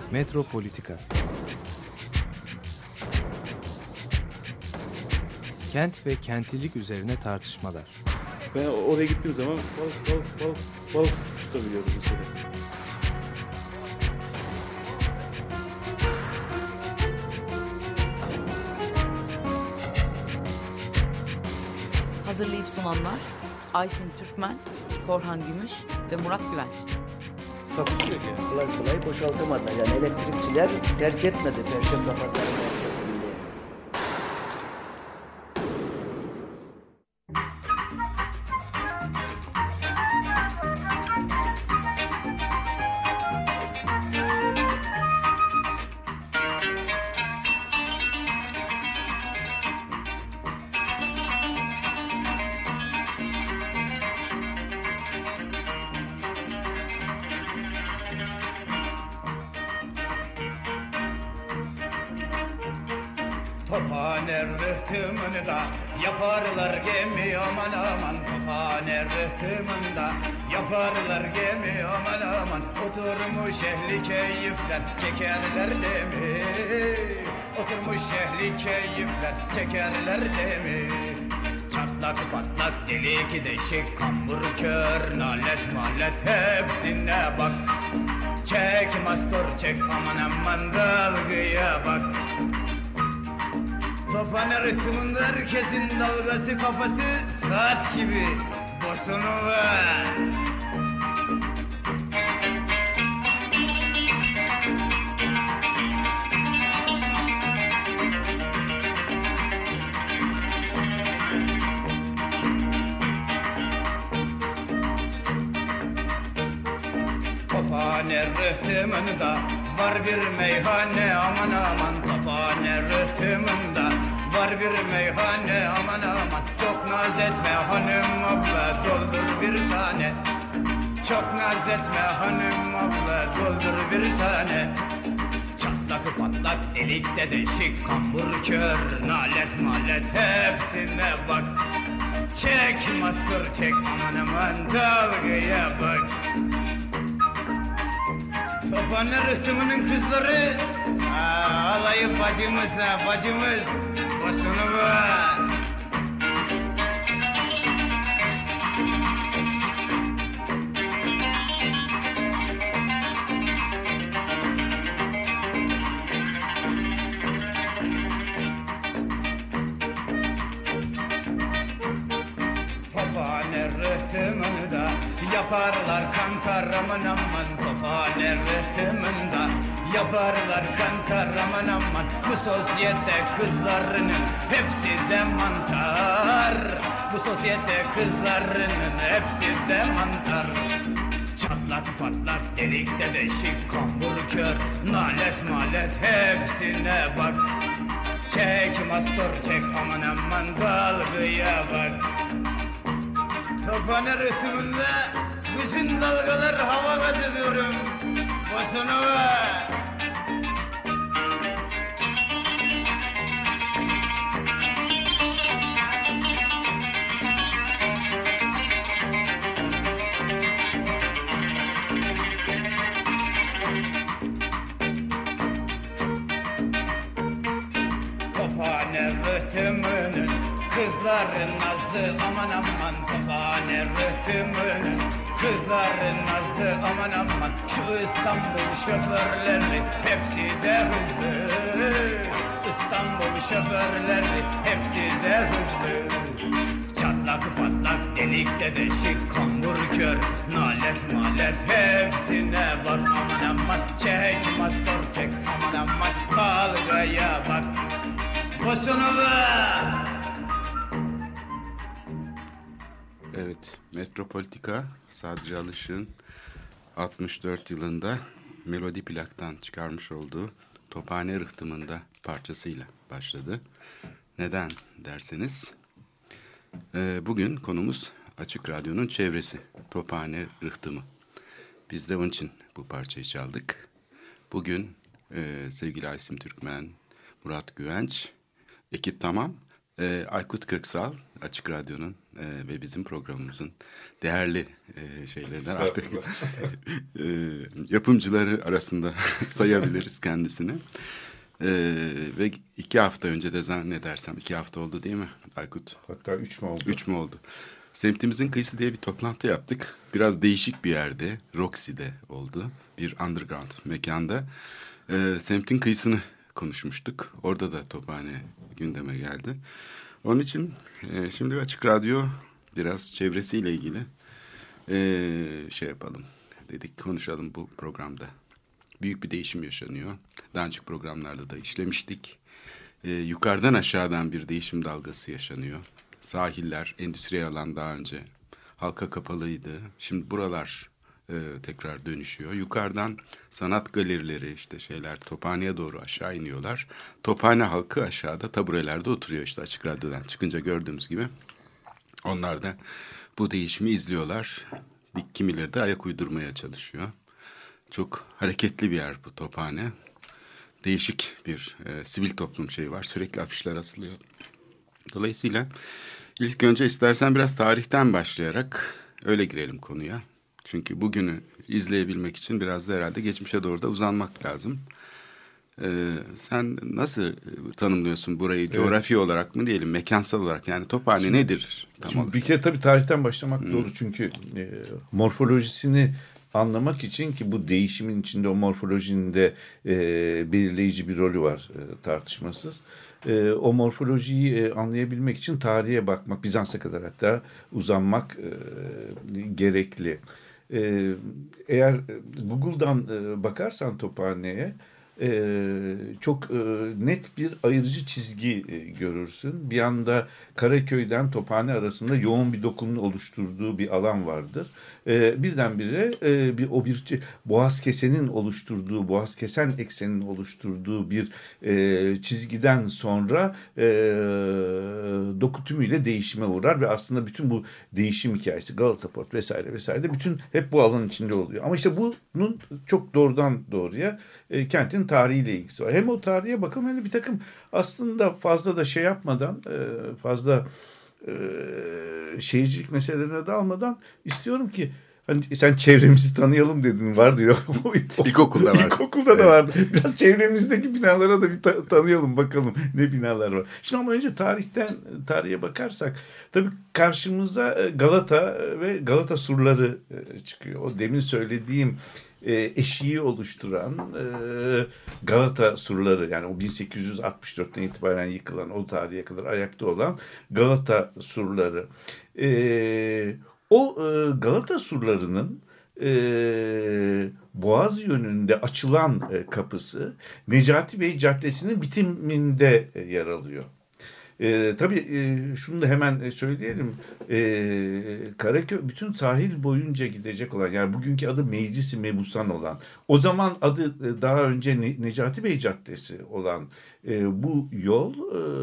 Metropolitika. Kent ve kentlilik üzerine tartışmalar. Ben oraya gittiğim zaman balık tutabiliyordum mesela. Hazırlayıp sunanlar Aysin Türkmen, Korhan Gümüş ve Murat Güvenç. Takusu yok yani. Kolay kolay boşaltamadılar. Yani elektrikçiler terk etmedi Perşembe Pazarı merkezini. Tophane rıhtımında yaparlar gemi aman aman. Tophane rıhtımında yaparlar gemi aman aman. Oturmuş ehli keyifler çekerler demi. Oturmuş ehli keyifler çekerler demi. Çatlak patlak delik deşik kambur kör nalet malet hepsine bak. Çek mastor çek aman aman dalgaya bak. Tophane rıhtımında herkesin dalgası kafası saat gibi bosonu var. Tophane rıhtımında var bir meyhane aman aman. Tophane rıhtımında var bir meyhane aman aman. Çok naz etme hanım abla doldur bir tane. Çok naz etme hanım abla doldur bir tane. Çatlak patlak delikte deşik kambur kör nalet malet hepsine bak. Çek mastur çek aman aman dalgaya bak. Tophane rıhtımının kızları alayı bacımız ha bacımız bosunu var. Tophane rıhtımında yaparlar kantar aman aman. Tophane rıhtımında yaparlar kantar aman aman. Bu sosyete kızlarının hepsi de mantar. Bu sosyete kızlarının hepsi de mantar. Çatlak patlak delikte deşik kambur kör nalet malet hepsine bak. Çek mastor çek aman aman dalgaya bak. Tophane rıhtımında bütün dalgalar hava gaz ediyorum. Bosonu var. Tophane rıhtımının kızları nazlı aman aman. Tophane rıhtımının kızları nazlı aman aman. Şu İstanbul şoförleri hepsi de hızlı. İstanbul şoförleri hepsi de hızlı. Çatlak patlak delikte deşik kambur kör nalet malet hepsine bak aman aman. Çek mastor çek aman aman dalgaya bak. Bosunu var. Evet, Metropolitika, Sadri Alışık'ın 64 yılında Melodi Plak'tan çıkarmış olduğu Tophane Rıhtımında parçasıyla başladı. Neden derseniz, bugün konumuz Açık Radyo'nun çevresi, Tophane Rıhtımı. Biz de onun için bu parçayı çaldık. Bugün sevgili Aysim Türkmen, Murat Güvenç, ekip tamam. Aykut Köksal Açık Radyo'nun ve bizim programımızın değerli şeylerinden artık yapımcıları arasında sayabiliriz kendisini. Ve 2 hafta önce de zannedersem 2 hafta oldu değil mi Aykut? Hatta 3 mü oldu? 3 mü oldu? Semtimizin Kıyısı diye bir toplantı yaptık. Biraz değişik bir yerde, Roxy'de oldu. Bir underground mekanda. Semtin kıyısını konuşmuştuk. Orada da Tophane gündeme geldi. Onun için şimdi Açık Radyo biraz çevresiyle ilgili şey yapalım dedik, konuşalım bu programda. Büyük bir değişim yaşanıyor. Daha önceki programlarda da işlemiştik. Yukarıdan aşağıdan bir değişim dalgası yaşanıyor. Sahiller, endüstriyel alan daha önce halka kapalıydı. Şimdi buralar tekrar dönüşüyor. Yukarıdan sanat galerileri işte şeyler Tophane'ye doğru aşağı iniyorlar. Tophane halkı aşağıda taburelerde oturuyor işte Açık Radyo'dan çıkınca gördüğümüz gibi. Onlar da bu değişimi izliyorlar. Kimileri de ayak uydurmaya çalışıyor. Çok hareketli bir yer bu Tophane. Değişik bir sivil toplum şeyi var. Sürekli afişler asılıyor. Dolayısıyla ilk önce istersen biraz tarihten başlayarak öyle girelim konuya. Çünkü bugünü izleyebilmek için biraz da herhalde geçmişe doğru da uzanmak lazım. Sen nasıl tanımlıyorsun burayı? Evet. Coğrafi olarak mı diyelim, mekansal olarak? Yani Tophane nedir? Şimdi bir kere tabii tarihten başlamak doğru. Çünkü morfolojisini anlamak için ki bu değişimin içinde o morfolojinin de belirleyici bir rolü var tartışmasız. O morfolojiyi anlayabilmek için tarihe bakmak, Bizans'a kadar hatta uzanmak gerekli. Eğer Google'dan bakarsan Tophane'ye çok net bir ayırıcı çizgi görürsün. Bir anda Karaköy'den Tophane arasında yoğun bir dokunun oluşturduğu bir alan vardır. Birdenbire bir Boğazkesen'in oluşturduğu, Boğazkesen ekseninin oluşturduğu bir çizgiden sonra doku tümüyle değişime uğrar ve aslında bütün bu değişim hikayesi Galata Port vesaire vesaire de bütün hep bu alanın içinde oluyor. Ama işte bunun çok doğrudan doğruya kentin tarihiyle ilgisi var. Hem o tarihe bakalım hem de bir takım aslında fazla da şey yapmadan fazla şehircilik meselelerine dalmadan istiyorum ki hani sen çevremizi tanıyalım dedin var diyor. İlkokulda var. İlkokulda da vardı. Biraz çevremizdeki binalara da bir tanıyalım bakalım ne binalar var. Şimdi ama önce tarihe bakarsak tabii karşımıza Galata ve Galata surları çıkıyor. O demin söylediğim eşiği oluşturan Galata surları yani o 1864'ten itibaren yıkılan o tarihe kadar ayakta olan Galata surları. O Galata surlarının Boğaz yönünde açılan kapısı Necati Bey Caddesi'nin bitiminde yer alıyor. Tabii şunu da hemen söyleyelim. Karaköy bütün sahil boyunca gidecek olan yani bugünkü adı Meclis-i Mebusan olan o zaman adı daha önce Necati Bey Caddesi olan bu yol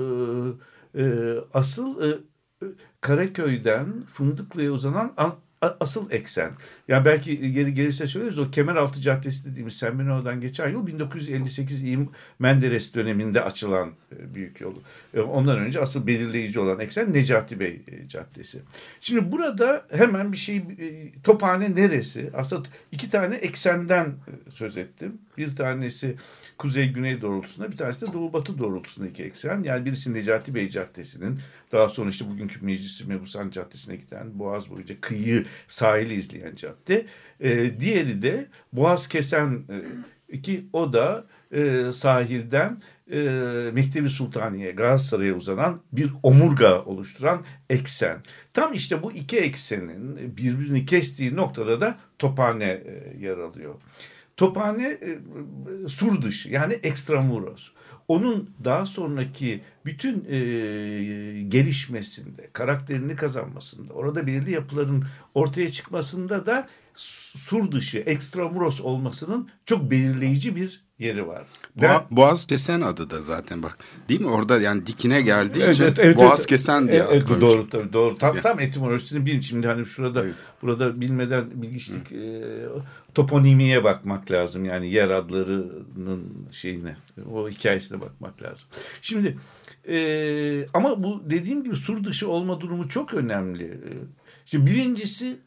asıl Karaköy'den Fındıklı'ya uzanan asıl eksen. Yani belki geri gelirse söyleriz o Kemeraltı Caddesi dediğimiz Sembeno'dan geçen yol 1958 İğim Menderes döneminde açılan büyük yol. Ondan önce asıl belirleyici olan eksen Necati Bey Caddesi. Şimdi burada hemen bir şey Tophane neresi? Aslında 2 tane eksenden söz ettim. Bir tanesi kuzey-güney doğrultusunda bir tanesi de doğu-batı doğrultusunda 2 eksen. Yani birisi Necati Bey Caddesi'nin daha sonra işte bugünkü Meclis-i Mebusan Caddesi'ne giden Boğaz boyunca kıyı sahili izleyen cadde. Diğeri de Boğazkesen ki o da sahilden Mektebi Sultaniye Galatasaray'a uzanan bir omurga oluşturan eksen. Tam işte bu 2 eksenin birbirini kestiği noktada da Tophane yer alıyor. Tophane sur dışı yani extramuros. Onun daha sonraki bütün gelişmesinde, karakterini kazanmasında, orada belirli yapıların ortaya çıkmasında da sur dışı, extramuros olmasının çok belirleyici bir yeri var. Boğaz Kesen adı da zaten bak. Değil mi? Orada yani dikine geldiği için Boğaz Kesen diye evet, doğru tabii doğru. Tam etimolojisini bilin. Şimdi hani şurada burada bilmeden bilgiçlik toponimiye bakmak lazım. Yani yer adlarının şeyine, o hikayesine bakmak lazım. Şimdi ama bu dediğim gibi sur dışı olma durumu çok önemli. Şimdi birincisi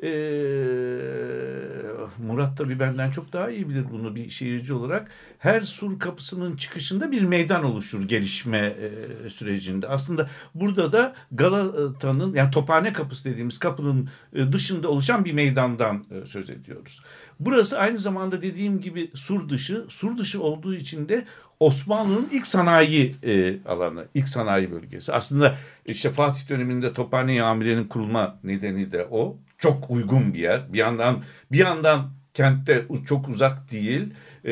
Murat tabii benden çok daha iyi bilir bunu bir şehirci olarak. Her sur kapısının çıkışında bir meydan oluşur gelişme sürecinde. Aslında burada da Galata'nın yani Tophane Kapısı dediğimiz kapının dışında oluşan bir meydandan söz ediyoruz. Burası aynı zamanda dediğim gibi sur dışı olduğu için de Osmanlı'nın ilk sanayi alanı, ilk sanayi bölgesi. Aslında işte Fatih döneminde Tophane-i Amire'nin kurulma nedeni de o. Çok uygun bir yer. Bir yandan kentte çok uzak değil.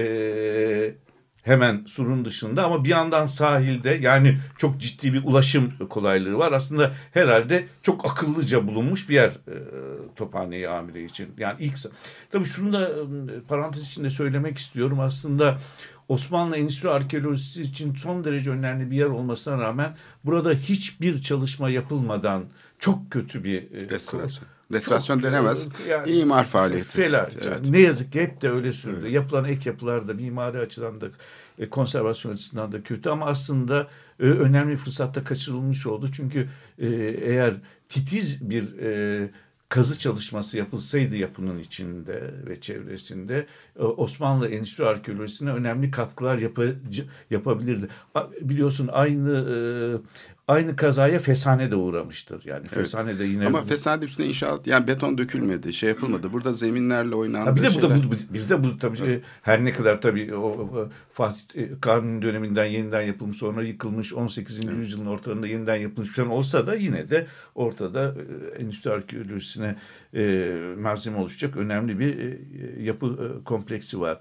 Hemen surun dışında ama bir yandan sahilde yani çok ciddi bir ulaşım kolaylığı var. Aslında herhalde çok akıllıca bulunmuş bir yer Tophane-i Amire için. Yani tabii şunu da parantez içinde söylemek istiyorum. Aslında Osmanlı Endüstri Arkeolojisi için son derece önemli bir yer olmasına rağmen burada hiçbir çalışma yapılmadan çok kötü bir restorasyon denemez. Yani, imar faaliyeti. Felaket. Evet. Ne yazık ki hep de öyle sürdü. Evet. Yapılan ek yapılar da mimari açıdan da konservasyon açısından da kötü ama aslında önemli fırsatta kaçırılmış oldu. Çünkü eğer titiz bir kazı çalışması yapılsaydı yapının içinde ve çevresinde Osmanlı Endüstri Arkeolojisi'ne önemli katkılar yapabilirdi. Biliyorsun aynı kazaya Fesane de uğramıştır. Yani Fesane de yine... Ama Fesane üstüne inşaat yani beton dökülmedi, şey yapılmadı. Burada zeminlerle oynandı. Bir de bu tabii her ne kadar tabii o Fatih Kanuni döneminden yeniden yapılmış sonra yıkılmış 18. yüzyılın ortalarında yeniden yapılmış falan olsa da yine de ortada Endüstri Arkeolojisi'ne malzeme oluşacak önemli bir yapı kompleksi var.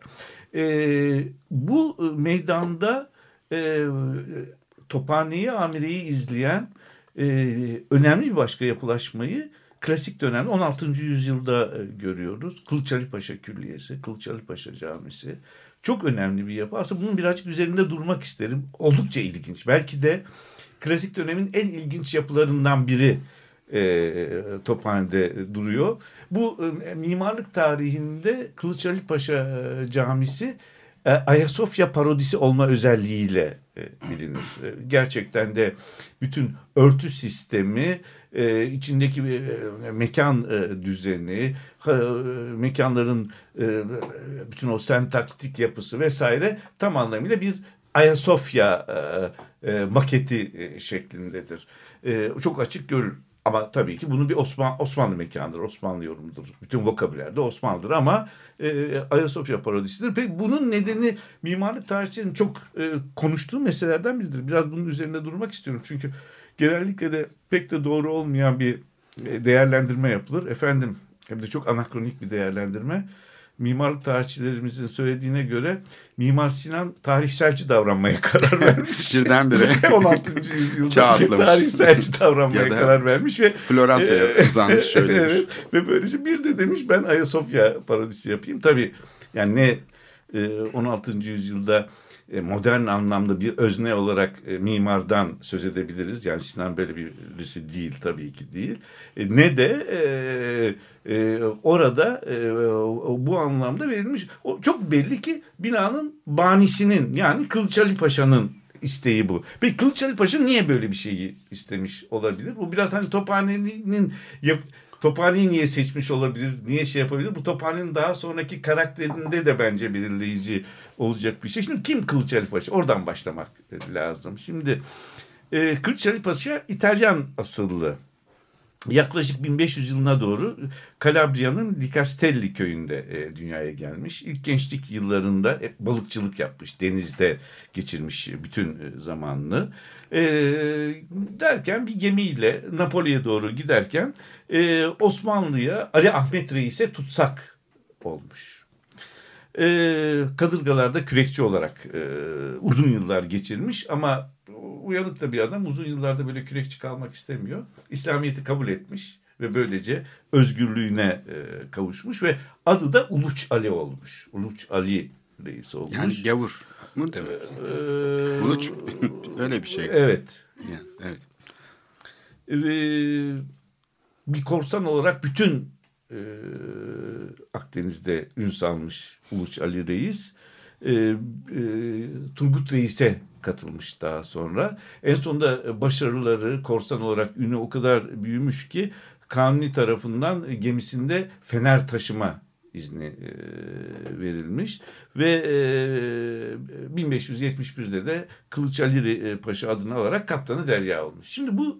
Bu meydanda Tophane-i Amire'yi izleyen önemli bir başka yapılaşmayı klasik dönemde 16. yüzyılda görüyoruz. Kılıç Ali Paşa Külliyesi, Kılıç Ali Paşa Camisi. Çok önemli bir yapı. Aslında bunun birazcık üzerinde durmak isterim. Oldukça ilginç. Belki de klasik dönemin en ilginç yapılarından biri Tophane'de duruyor. Bu mimarlık tarihinde Kılıç Ali Paşa Camisi Ayasofya parodisi olma özelliğiyle bilinir. Gerçekten de bütün örtü sistemi, içindeki mekan düzeni, mekanların bütün o sentaktik yapısı vesaire tam anlamıyla bir Ayasofya maketi şeklindedir. Çok açık görülür. Ama tabii ki bunun bir Osmanlı mekanıdır, Osmanlı yorumudur. Bütün vokabüler de Osmanlı'dır ama Ayasofya parodisidir. Peki bunun nedeni mimarlık tarihçilerinin çok konuştuğu meselelerden biridir. Biraz bunun üzerinde durmak istiyorum. Çünkü genellikle de pek de doğru olmayan bir değerlendirme yapılır. Efendim hem de çok anakronik bir değerlendirme. Mimarlık tarihçilerimizin söylediğine göre Mimar Sinan tarihselci davranmaya karar vermiş. Birdenbire 16. yüzyılda tarihselci davranmaya karar vermiş ve Floransa'ya uzanmış şöyle. Evet, ve böylece bir de demiş ben Ayasofya parodisi yapayım. Tabii yani ne 16. yüzyılda modern anlamda bir özne olarak mimardan söz edebiliriz. Yani Sinan böyle birisi değil, tabii ki değil. Ne de orada bu anlamda verilmiş. Çok belli ki binanın banisinin yani Kılıç Ali Paşa'nın isteği bu. Peki Kılıç Ali Paşa niye böyle bir şeyi istemiş olabilir? Bu biraz hani Tophane'yi niye seçmiş olabilir? Niye şey yapabilir? Bu Tophane'nin daha sonraki karakterinde de bence belirleyici olacak bir şey. Şimdi kim Kılıç Ali Paşa? Oradan başlamak lazım. Şimdi Kılıç Ali Paşa İtalyan asıllı. Yaklaşık 1500 yılına doğru Kalabriya'nın Licastelli köyünde dünyaya gelmiş. İlk gençlik yıllarında hep balıkçılık yapmış. Denizde geçirmiş bütün zamanını. Derken bir gemiyle Napoli'ye doğru giderken Osmanlı'ya Ali Ahmet Reis'e tutsak olmuş. Kadırgalarda kürekçi olarak uzun yıllar geçirmiş ama uyanık da bir adam uzun yıllarda böyle kürekçi kalmak istemiyor. İslamiyet'i kabul etmiş ve böylece özgürlüğüne kavuşmuş ve adı da Uluç Ali olmuş. Uluç Ali reis olmuş. Yani gavur mu demek? Uluç öyle bir şey. Evet. Yani, evet. Bir korsan olarak bütün Akdeniz'de ün salmış Uluç Ali Reis. Turgut Reis'e katılmış daha sonra. En sonunda başarıları, korsan olarak ünü o kadar büyümüş ki Kanuni tarafından gemisinde fener taşıma izni verilmiş ve 1571'de de Kılıç Ali Paşa adını alarak Kaptanı Derya olmuş. Şimdi bu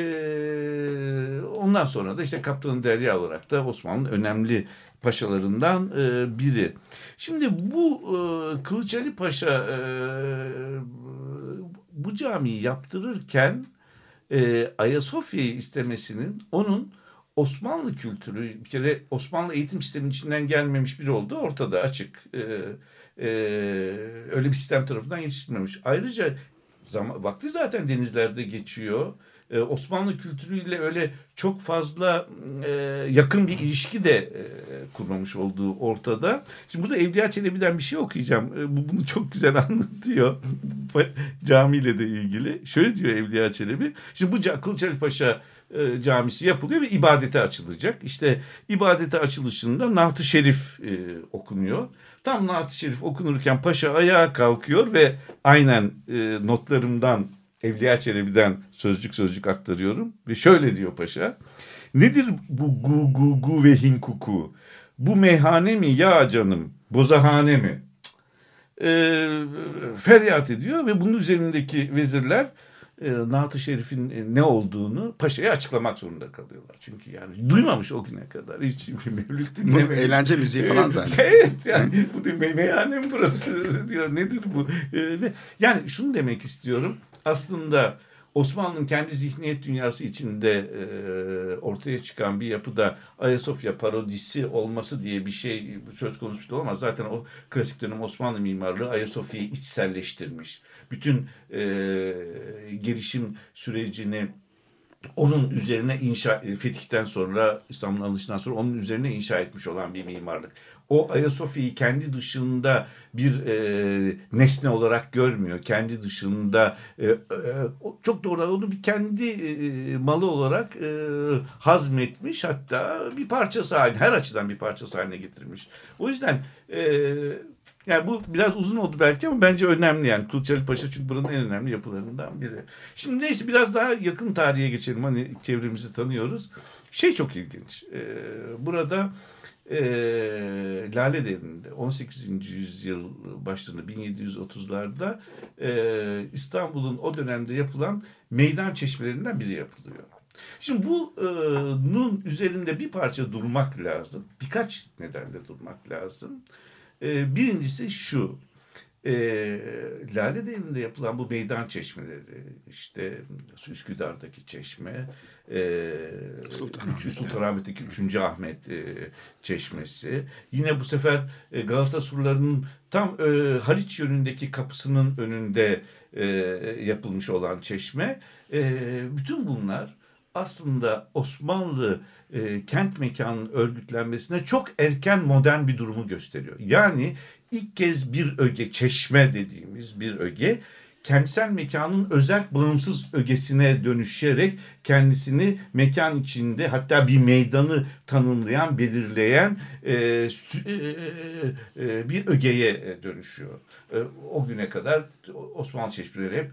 ondan sonra da işte Kaptanı Derya olarak da Osmanlı'nın önemli paşalarından biri. Şimdi bu Kılıç Ali Paşa bu camiyi yaptırırken Ayasofya'yı istemesinin onun Osmanlı kültürü, bir kere Osmanlı eğitim sisteminin içinden gelmemiş biri olduğu ortada, açık. Öyle bir sistem tarafından yetiştirilmemiş. Ayrıca vakti zaten denizlerde geçiyor. Osmanlı kültürüyle öyle çok fazla yakın bir ilişki de kurmamış olduğu ortada. Şimdi burada Evliya Çelebi'den bir şey okuyacağım. Bu bunu çok güzel anlatıyor. Camiyle de ilgili. Şöyle diyor Evliya Çelebi. Şimdi bu Kılıç Ali Paşa camisi yapılıyor ve ibadete açılacak. İşte ibadete açılışında Naat-ı Şerif okunuyor. Tam Naat-ı Şerif okunurken paşa ayağa kalkıyor ve aynen notlarımdan Evliya Çelebi'den sözcük aktarıyorum. Ve şöyle diyor paşa. Nedir bu gu gu gu ve hinkuku? Bu meyhane mi ya canım? Bozahane mi? Feryat ediyor ve bunun üzerindeki vezirler Naat-ı Şerif'in ne olduğunu paşaya açıklamak zorunda kalıyorlar. Çünkü yani duymamış o güne kadar. Hiç mevlüt dinlememiş. Bu eğlence müziği falan zaten. Evet yani bu meyhane mi burası diyor. Nedir bu? Yani şunu demek istiyorum. Aslında Osmanlı'nın kendi zihniyet dünyası içinde ortaya çıkan bir yapıda Ayasofya parodisi olması diye bir şey söz konusu olamaz. Zaten o klasik dönem Osmanlı mimarlığı Ayasofya'yı içselleştirmiş. Bütün gelişim sürecini onun üzerine fetihten sonra, İstanbul'un alınışından sonra onun üzerine inşa etmiş olan bir mimarlık. O Ayasofya'yı kendi dışında bir nesne olarak görmüyor. Kendi dışında çok doğru onu bir kendi malı olarak hazmetmiş, hatta bir parçası haline, her açıdan bir parçası haline getirmiş. O yüzden yani bu biraz uzun oldu belki ama bence önemli yani. Kılıç Ali Paşa çünkü buranın en önemli yapılarından biri. Şimdi neyse biraz daha yakın tarihe geçelim. Hani çevremizi tanıyoruz. Şey çok ilginç. Burada Lale Devri'nde 18. yüzyıl başlarında 1730'larda İstanbul'un o dönemde yapılan meydan çeşmelerinden biri yapılıyor. Şimdi bunun üzerinde bir parça durmak lazım. Birkaç nedenle durmak lazım. Birincisi şu. Lale Devri'nde yapılan bu meydan çeşmeleri, işte Üsküdar'daki çeşme, Sultanahmet'teki 3. Ahmet çeşmesi, yine bu sefer Galata surlarının tam Haliç yönündeki kapısının önünde yapılmış olan çeşme, bütün bunlar aslında Osmanlı kent mekanının örgütlenmesine çok erken modern bir durumu gösteriyor. Yani ilk kez bir öge, çeşme dediğimiz bir öge, kentsel mekanın özel bağımsız ögesine dönüşerek kendisini mekan içinde, hatta bir meydanı tanımlayan, belirleyen bir ögeye dönüşüyor. O güne kadar Osmanlı çeşmeleri hep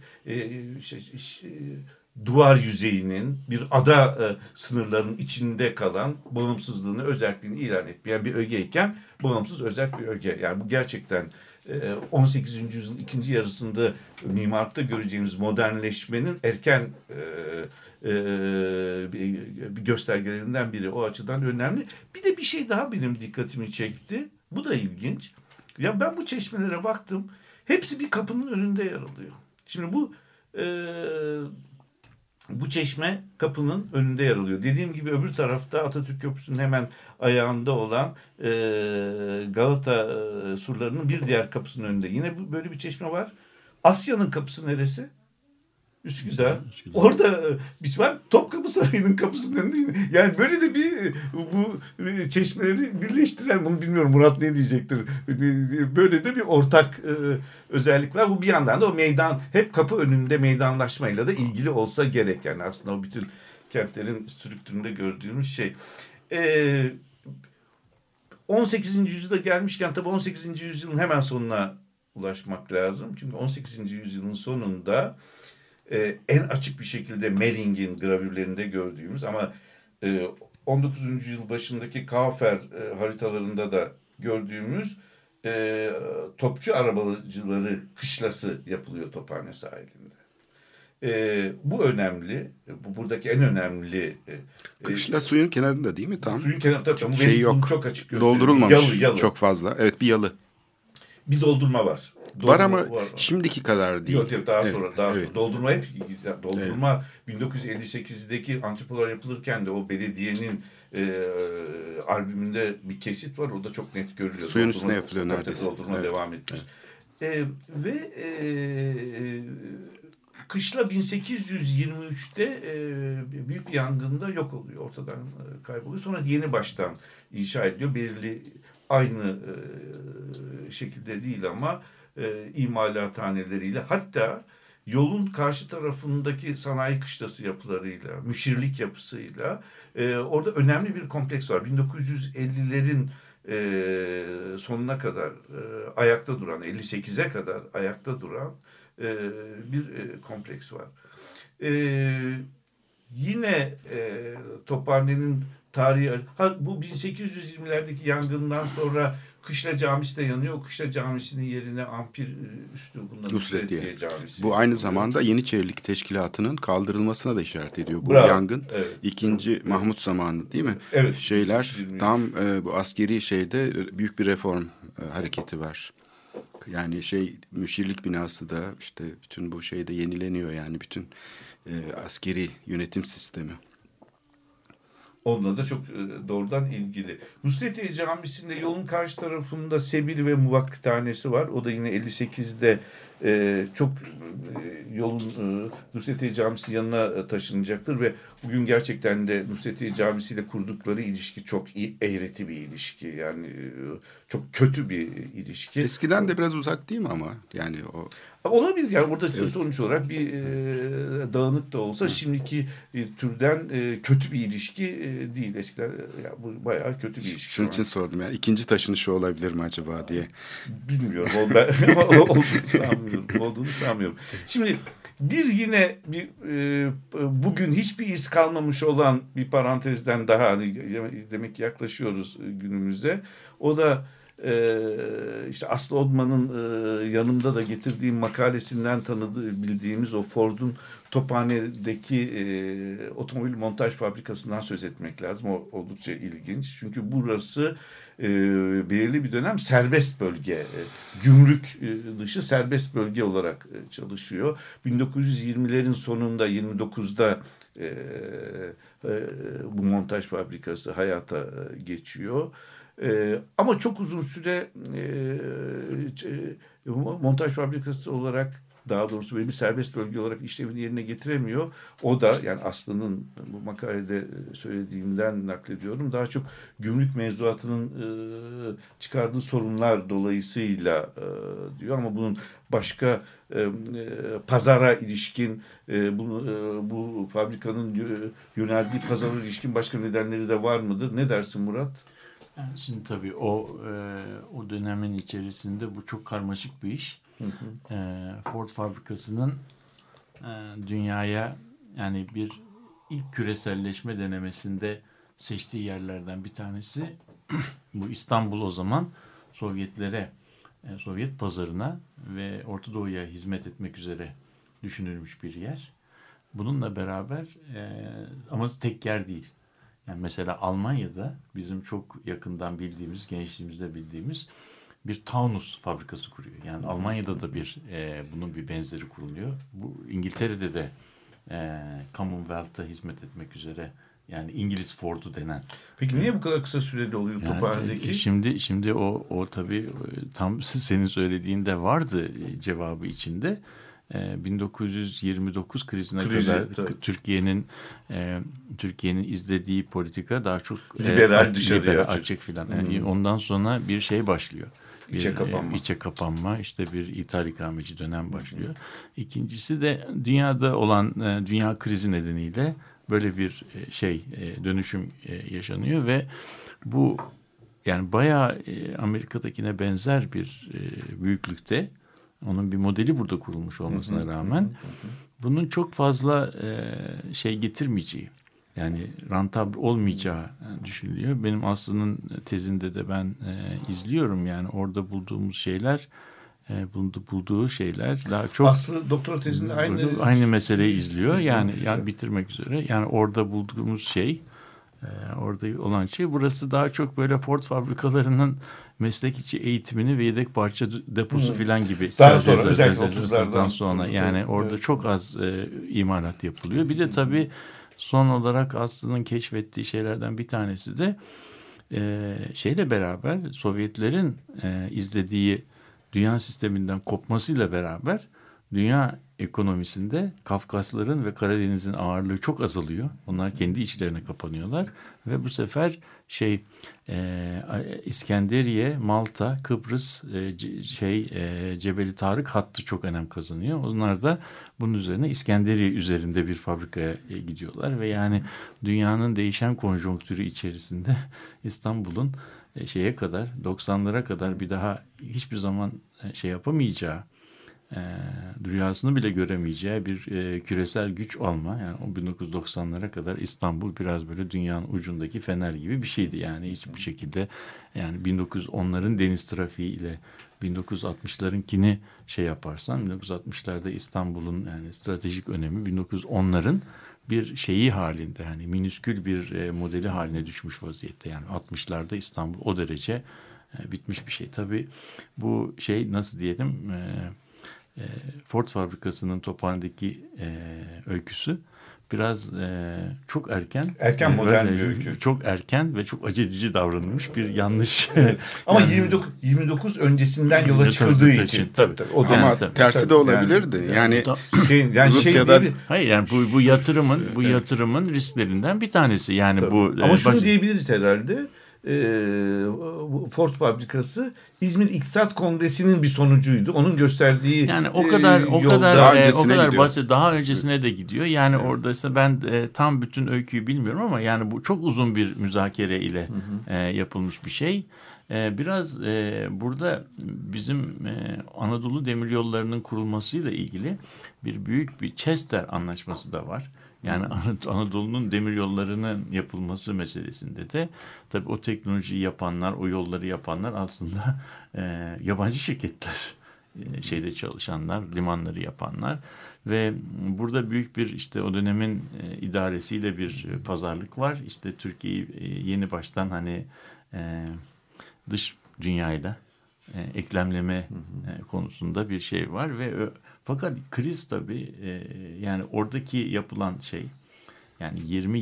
duvar yüzeyinin bir ada sınırlarının içinde kalan, bağımsızlığını, özelliğini ilan etmeyen bir ögeyken bağımsız özel bir öge. Yani bu gerçekten 18. yüzyılın ikinci yarısında mimarlıkta göreceğimiz modernleşmenin erken bir göstergelerinden biri. O açıdan önemli. Bir de bir şey daha benim dikkatimi çekti. Bu da ilginç. Ya ben bu çeşmelere baktım. Hepsi bir kapının önünde yer alıyor. Şimdi bu çeşme kapının önünde yer alıyor. Dediğim gibi öbür tarafta Atatürk Köprüsü'nün hemen ayağında olan Galata surlarının bir diğer kapısının önünde. Yine böyle bir çeşme var. Asya'nın kapısı neresi? Üsküdar. Orada biz var Topkapı Sarayı'nın kapısının önünde. Yani böyle de bir bu çeşmeleri birleştiren, bunu bilmiyorum Murat ne diyecektir. Böyle de bir ortak özellik var. Bu bir yandan da o meydan, hep kapı önünde meydanlaşmayla da ilgili olsa gerek. Yani aslında o bütün kentlerin strüktüründe gördüğümüz şey. 18. yüzyılda gelmişken tabii 18. yüzyılın hemen sonuna ulaşmak lazım. Çünkü 18. yüzyılın sonunda en açık bir şekilde Mering'in gravürlerinde gördüğümüz ama 19. yüzyıl başındaki Kaufer haritalarında da gördüğümüz topçu arabacıları kışlası yapılıyor Tophane sahilinde. Bu önemli. Bu buradaki en önemli. Kışla suyun kenarında değil mi? Tam. Suyun kenarında tam. Şey yok. Çok açık gösteriyor. Doldurulmamış. Yalı. Çok fazla. Evet, bir yalı. Bir doldurma var. Var ama şimdiki kadar değil. Yok daha sonra. Evet. Doldurma hep doldurma. Evet. 1958'deki antropolar yapılırken de o belediyenin albümünde bir kesit var. Orada çok net görülüyor. Suyun üstüne yapılıyor neredeyse. Doldurma devam etmiş. Evet. Ve kışla 1823'te büyük bir yangında yok oluyor. Ortadan kayboluyor. Sonra yeni baştan inşa ediliyor. Belirli aynı şekilde değil ama imalathaneleriyle, hatta yolun karşı tarafındaki sanayi kışlası yapılarıyla, müşirlik yapısıyla orada önemli bir kompleks var. 1950'lerin sonuna kadar ayakta duran, 58'e kadar ayakta duran bir kompleks var. Yine Tophane'nin tarihi, bu 1820'lerdeki yangından sonra Kışla Camisi de yanıyor. O Kışla Camisi'nin yerine ampir üslubunda Nusretiye Camisi. Bu aynı zamanda Yeniçerilik Teşkilatı'nın kaldırılmasına da işaret ediyor. Bu Bravo. Yangın Evet. 2. Mahmut zamanı değil mi? Evet. Şeyler tam bu askeri şeyde büyük bir reform hareketi var. Yani müşirlik binası da işte bütün bu şeyde yenileniyor, yani bütün askeri yönetim sistemi. Onunla da çok doğrudan ilgili. Nusretiye Camisi'nde yolun karşı tarafında Sebil ve Muvakkıthanesi var. O da yine 58'de çok yolun Nusretiye Camisi yanına taşınacaktır ve bugün gerçekten de Nusretiye Camisi ile kurdukları ilişki çok eğreti bir ilişki. Yani çok kötü bir ilişki. Eskiden de biraz uzak değil mi ama? Yani o olabilir yani burada sonuç olarak bir dağınık da olsa şimdiki türden kötü bir ilişki değil. Eskiden bu bayağı kötü bir ilişki. Şunun için sordum yani, ikinci taşınışı olabilir mi acaba diye. Bilmiyorum. Olduğunu sanmıyorum. Şimdi yine bugün hiçbir iz kalmamış olan bir parantezden daha, hani demek ki yaklaşıyoruz günümüze. O da işte Aslı Odman'ın yanımda da getirdiğim makalesinden bildiğimiz o Ford'un Tophane'deki otomobil montaj fabrikasından söz etmek lazım. O oldukça ilginç. Çünkü burası belirli bir dönem serbest bölge, gümrük dışı serbest bölge olarak çalışıyor. 1920'lerin sonunda 29'da bu montaj fabrikası hayata geçiyor. Ama çok uzun süre montaj fabrikası olarak, daha doğrusu böyle bir serbest bölge olarak işlevini yerine getiremiyor. O da yani Aslı'nın bu makalede söylediğinden naklediyorum. Daha çok gümrük mevzuatının çıkardığı sorunlar dolayısıyla diyor, ama bunun başka pazara ilişkin bu fabrikanın yöneldiği pazara ilişkin başka nedenleri de var mıdır? Ne dersin Murat? Yani şimdi tabii o dönemin içerisinde bu çok karmaşık bir iş. Ford fabrikasının dünyaya yani bir ilk küreselleşme denemesinde seçtiği yerlerden bir tanesi bu İstanbul, o zaman Sovyetlere, Sovyet pazarına ve Orta Doğu'ya hizmet etmek üzere düşünülmüş bir yer. Bununla beraber ama tek yer değil. Yani mesela Almanya'da bizim çok yakından bildiğimiz, gençliğimizde bildiğimiz bir Taunus fabrikası kuruyor. Yani Almanya'da da bunun bir benzeri kuruluyor. Bu İngiltere'de de Commonwealth'a hizmet etmek üzere, yani İngiliz Ford'u denen. Peki niye bu kadar kısa süreli oluyor Tophane'deki? Şimdi o tabii tam senin söylediğinde vardı cevabı içinde. 1929 krizine Krizi, kadar tabii. Türkiye'nin izlediği politika daha çok Liberal, dışarıya açık filan. Yani ondan sonra bir şey başlıyor. İçe kapanma. İçe kapanma, işte bir ithal ikameci dönem başlıyor. İkincisi de dünyada olan dünya krizi nedeniyle böyle bir dönüşüm yaşanıyor ve bu yani bayağı Amerika'dakine benzer bir büyüklükte, onun bir modeli burada kurulmuş olmasına rağmen bunun çok fazla getirmeyeceği, yani rentable olmayacağı düşünülüyor. Benim Aslı'nın tezinde de ben izliyorum, yani orada bulduğumuz şeyler, bulduğu şeyler daha çok Aslı doktora tezinde aynı meseleyi izliyor. Yani bitirmek üzere. Yani orada bulduğumuz şey, orada olan şey, burası daha çok böyle Ford fabrikalarının meslek içi eğitimini ve yedek parça deposu filan gibi. Daha sonra özellikle 30'lardan sonra yani orada çok az imalat yapılıyor. Bir de tabii son olarak Aslı'nın keşfettiği şeylerden bir tanesi de şeyle beraber Sovyetlerin izlediği dünya sisteminden kopmasıyla beraber dünya ekonomisinde Kafkasların ve Karadeniz'in ağırlığı çok azalıyor. Onlar kendi içlerine kapanıyorlar ve bu sefer İskenderiye, Malta, Kıbrıs, Cebeli Tarık hattı çok önem kazanıyor. Onlar da bunun üzerine İskenderiye üzerinde bir fabrikaya gidiyorlar ve yani dünyanın değişen konjonktürü içerisinde İstanbul'un şeye kadar, 90'lara kadar bir daha hiçbir zaman yapamayacağı, rüyasını bile göremeyeceği bir küresel güç olma. Yani o 1990'lara kadar İstanbul biraz böyle dünyanın ucundaki fener gibi bir şeydi. Yani hiçbir şekilde, yani 1910'ların deniz trafiği ile 1960'larınkini yaparsan, 1960'larda İstanbul'un yani stratejik önemi 1910'ların bir şeyi halinde, yani minüskül bir modeli haline düşmüş vaziyette. Yani 60'larda İstanbul o derece bitmiş bir şey. Tabii bu nasıl diyelim, Ford fabrikasının Tophane'deki öyküsü biraz çok erken modern bir öykü. Çok erken ve çok acı davranılmış bir yanlış. Ama 29 öncesinden yola çıkıldığı için. Tabii. Ama tersi de olabilirdi. Yani Rusya'da hayır, yani bu yatırımın risklerinden bir tanesi. Yani tabii. bu ama şunu diyebiliriz herhalde. Ford fabrikası İzmir İktisat Kongresi'nin bir sonucuydu. Onun gösterdiği yani o kadar basit, daha öncesine de gidiyor. Yani orada ise ben tam bütün öyküyü bilmiyorum ama yani bu çok uzun bir müzakere ile yapılmış bir şey. Biraz burada bizim Anadolu Demiryolları'nın kurulmasıyla ilgili büyük bir Chester Anlaşması da var. Yani Anadolu'nun demiryollarının yapılması meselesinde de tabii o teknolojiyi yapanlar, o yolları yapanlar aslında yabancı şirketler, çalışanlar, limanları yapanlar ve burada büyük bir o dönemin idaresiyle bir pazarlık var. İşte Türkiye'yi yeni baştan dış dünyayla eklemleme konusunda bir şey var ve fakat kriz tabii yani oradaki yapılan yani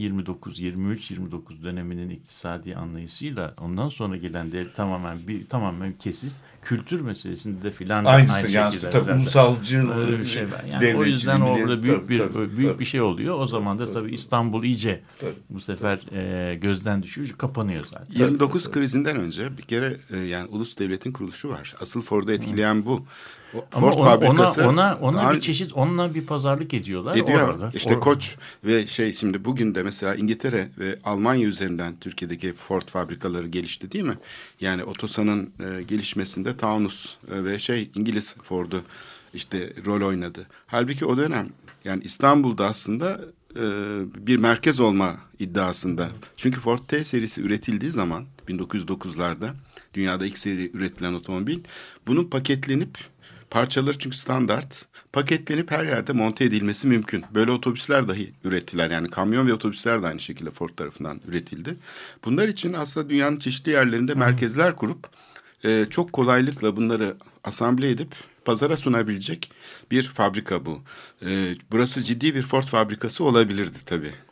23-29 döneminin iktisadi anlayışıyla ondan sonra gelen de tamamen kesis kültür meselesinde de filan aynı şekilde tabii ulusalcı yani o yüzden orada büyük bir şey oluyor. O zaman da tabii İstanbul iyice bu sefer gözden düşüyor, kapanıyor zaten. 29 krizinden önce bir kere yani ulus devletin kuruluşu var. Asıl Ford'u etkileyen bu. Ford fabrikası ona bir çeşit, onunla bir pazarlık ediyorlar. Ediyor. İşte Koç ve şimdi bugün de mesela İngiltere ve Almanya üzerinden Türkiye'deki Ford fabrikaları gelişti değil mi? Yani Otosan'ın gelişmesinde Taunus ve İngiliz Ford'u rol oynadı. Halbuki o dönem yani İstanbul'da aslında bir merkez olma iddiasında. Çünkü Ford T serisi üretildiği zaman 1909'larda dünyada ilk seri üretilen otomobil, bunun paketlenip parçaları çünkü standart, paketlenip her yerde monte edilmesi mümkün. Böyle otobüsler dahi ürettiler. Yani kamyon ve otobüsler de aynı şekilde Ford tarafından üretildi. Bunlar için aslında dünyanın çeşitli yerlerinde merkezler kurup çok kolaylıkla bunları asamble edip pazara sunabilecek bir fabrika bu. Burası ciddi bir Ford fabrikası olabilirdi tabii.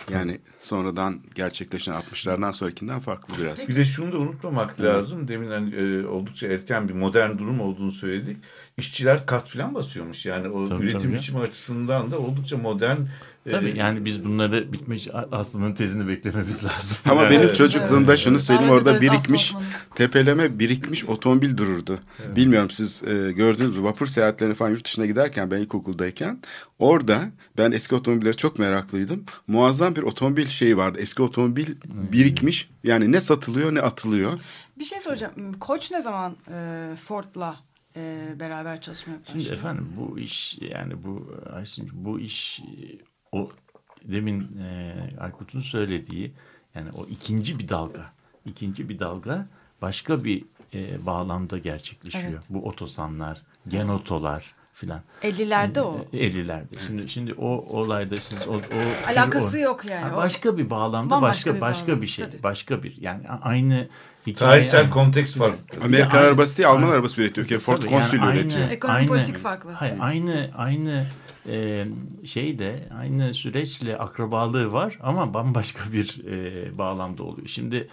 Yani sonradan gerçekleşen 60'lardan sonrakinden farklı biraz. Bir de şunu da unutmamak lazım. Demin hani, oldukça erken bir modern durum olduğunu söyledik. İşçiler kart falan basıyormuş. Yani o Tabii, üretim tabii. biçimi açısından da oldukça modern. Tabii yani biz bunları bitmiş Aslı'nın tezini beklememiz lazım. Ama Yani, benim çocukluğumda şunu söyleyeyim, Ahmet orada Arası birikmiş, Aslı Osman'ın. tepeleme birikmiş otomobil dururdu. Bilmiyorum siz gördünüz mü, vapur seyahatlerine falan yurt dışına giderken, ben ilkokuldayken orada ben eski otomobillere çok meraklıydım. Muazzam bir otomobil şeyi vardı. Eski otomobil birikmiş. Yani ne satılıyor ne atılıyor. Bir şey soracağım. Koç ne zaman Ford'la beraber çalışmaya başlıyor? Şimdi efendim bu iş, yani bu Ayşin, bu iş o demin Aykut'un söylediği, yani o ikinci bir dalga başka bir bağlamda gerçekleşiyor. Evet. Bu otosanlar, genotolar filan. 50'lerde o. 50'lerde. Şimdi o olayda siz o Alakası yok yani. Ha, başka bir bağlamda, Bambaşka başka bir bağlam, bir şey. tabii. Başka bir, yani aynı hikaye. Tarihsel konteks farklı. Amerikan aynı- arabası değil, Alman aynı- arabası üretiyor ki Ford Tabii, Consul yani üretiyor. Ekonomi politik farklı. Hayır, aynı aynı süreçle akrabalığı var ama bambaşka bir bağlamda oluyor. Şimdi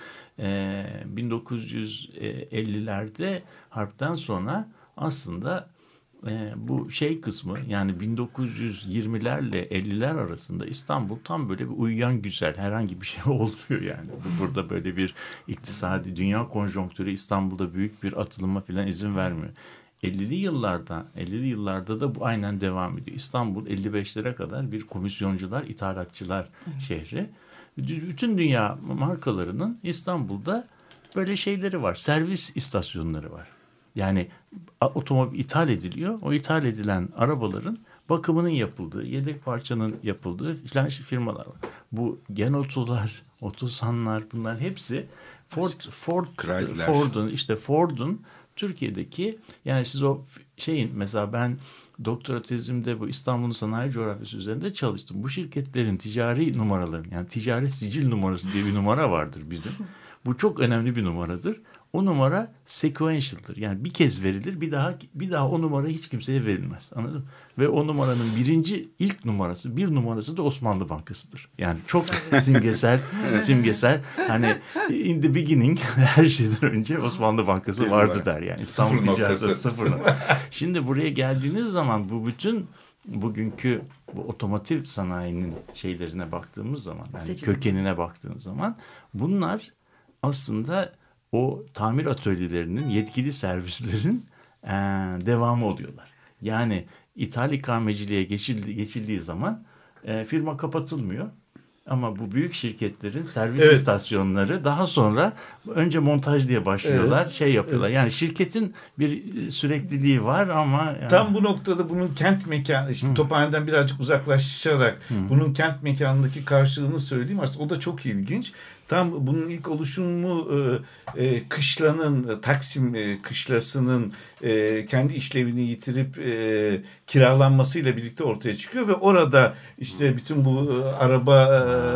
1950'lerde harpten sonra aslında bu şey kısmı, yani 1920'lerle 50'ler arasında İstanbul tam böyle bir uyuyan güzel, herhangi bir şey olmuyor yani. Burada böyle bir iktisadi dünya konjonktürü İstanbul'da büyük bir atılıma falan izin vermiyor. 50'li yıllarda da bu aynen devam ediyor. İstanbul 55'lere kadar bir komisyoncular, ithalatçılar şehri. Bütün dünya markalarının İstanbul'da böyle şeyleri var. Servis istasyonları var. Yani otomobil ithal ediliyor. O ithal edilen arabaların bakımının yapıldığı, yedek parçanın yapıldığı filan firmalar var. Bu Genotolar, Otosanlar, bunlar hepsi Chrysler. Ford'un Türkiye'deki, yani siz o şeyin, mesela ben doktora tezimde bu İstanbul'un sanayi coğrafyası üzerinde çalıştım. Bu şirketlerin ticari numaraları, yani ticaret sicil numarası diye bir numara vardır bizim. Bu çok önemli bir numaradır. O numara sequential'dır. Yani bir kez verilir, bir daha o numara hiç kimseye verilmez. Anladın mı? Ve o numaranın ilk numarası da Osmanlı Bankası'dır. Yani çok simgesel. Hani in the beginning, her şeyden önce Osmanlı Bankası vardı der. Yani İstanbul ticareti sıfır. Şimdi buraya geldiğiniz zaman bu bütün bugünkü bu otomotiv sanayinin şeylerine baktığımız zaman, yani kökenine baktığımız zaman, bunlar aslında o tamir atölyelerinin, yetkili servislerin devamı oluyorlar. Yani ithal ikameciliğe geçildiği zaman firma kapatılmıyor. Ama bu büyük şirketlerin servis istasyonları daha sonra önce montaj diye başlıyorlar, şey yapıyorlar. Yani şirketin bir sürekliliği var ama... Yani... Tam bu noktada bunun kent mekanı, şimdi Tophane'den birazcık uzaklaşarak bunun kent mekanındaki karşılığını söyleyeyim. Aslında o da çok ilginç. Tam bunun ilk oluşumu kışlanın, Taksim kışlasının kendi işlevini yitirip kiralanmasıyla birlikte ortaya çıkıyor ve orada işte bütün bu araba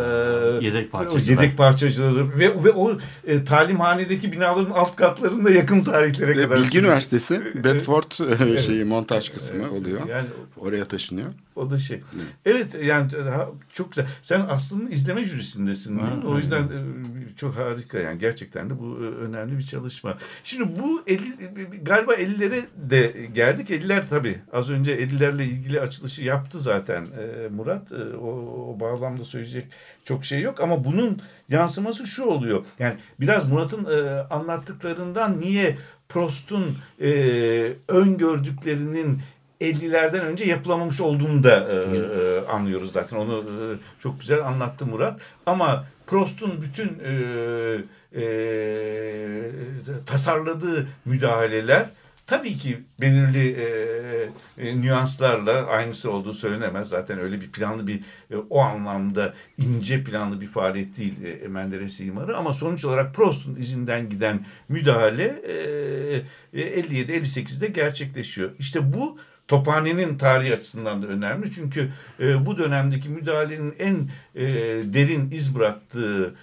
yedek parçacıları ve o talimhanedeki binaların alt katlarında yakın tarihlere kadar. Bilgi Üniversitesi Bedford montaj kısmı oluyor. Yani, oraya taşınıyor. O da şey. Evet, yani çok güzel. Sen Aslı'nın izleme jürisindesin değil mi? O yüzden çok harika, yani gerçekten de bu önemli bir çalışma. Şimdi bu galiba 50'lere de geldik. 50'ler tabii. Az önce 50'lerle ilgili açılışı yaptı zaten Murat. O bağlamda söyleyecek çok şey yok ama bunun yansıması şu oluyor. Yani biraz Murat'ın anlattıklarından niye Prost'un öngördüklerinin 50'lerden önce yapılamamış olduğunu da anlıyoruz zaten. Onu çok güzel anlattı Murat. Ama Prost'un bütün tasarladığı müdahaleler tabii ki belirli nüanslarla aynısı olduğu söylenemez. Zaten öyle bir planlı bir o anlamda ince planlı bir faaliyet değil Menderes imarı. Ama sonuç olarak Prost'un izinden giden müdahale 57-58'de gerçekleşiyor. İşte bu Tophane'nin tarihi açısından da önemli. Çünkü bu dönemdeki müdahalenin en derin iz bıraktığı,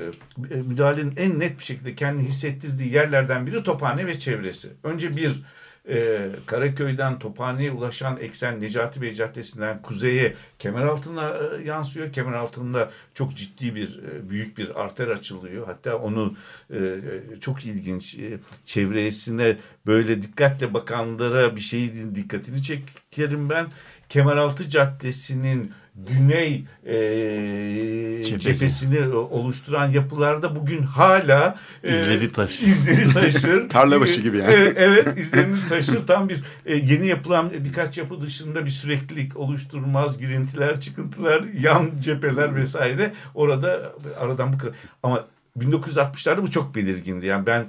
müdahalenin en net bir şekilde kendini hissettirdiği yerlerden biri Tophane ve çevresi. Önce bir Karaköy'den Tophane'ye ulaşan eksen Necati Bey Caddesi'nden kuzeye Kemeraltı'na yansıyor. Kemeraltı'nda çok ciddi bir büyük bir arter açılıyor. Hatta onu çok ilginç çevresine böyle dikkatle bakanlara bir şeyin dikkatini çekerim ben. Kemeraltı Caddesi'nin güney cephesini oluşturan yapılarda bugün hala izleri taşır. Tarla başı gibi yani. Evet, izlerini taşır. Tam bir yeni yapılan birkaç yapı dışında bir süreklilik oluşturmaz. Girintiler, çıkıntılar, yan cepheler vesaire. Orada aradan bu kadar. Ama 1960'larda bu çok belirgindi. Yani ben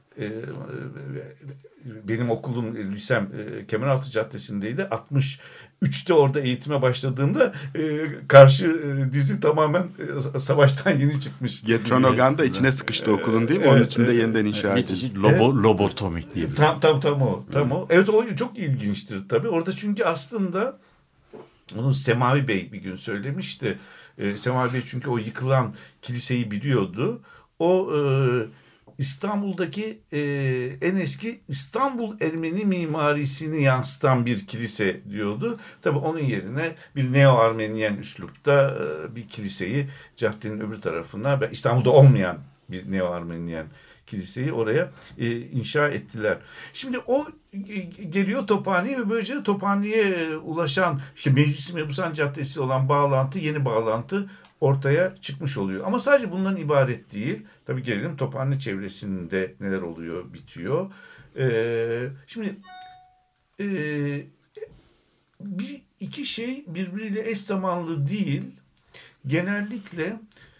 benim okulum, lisem Kemeraltı Caddesi'ndeydi. 63'te orada eğitime başladığımda karşı dizi tamamen savaştan yeni çıkmış. Getronogan da içine sıkıştı okulun değil mi? Onun içinde yeniden inşa edildi. Lobotomik diye. Tam o. Evet, o çok ilginçtir tabii. Orada çünkü aslında onu Semavi Bey bir gün söylemişti. Semavi Bey çünkü o yıkılan kiliseyi biliyordu. O İstanbul'daki en eski İstanbul Ermeni mimarisini yansıtan bir kilise diyordu. Tabii onun yerine bir Neo-Armenyen üslupta bir kiliseyi caddenin öbür tarafına, İstanbul'da olmayan bir Neo-Armenyen kiliseyi oraya inşa ettiler. Şimdi o geliyor Tophane'ye ve böylece Tophane'ye ulaşan işte Meclis-i Mebusan Caddesi olan bağlantı, yeni bağlantı ortaya çıkmış oluyor. Ama sadece bundan ibaret değil. Tabii gelelim Tophane çevresinde neler oluyor, bitiyor. Şimdi bir iki şey birbiriyle eş zamanlı değil. Genellikle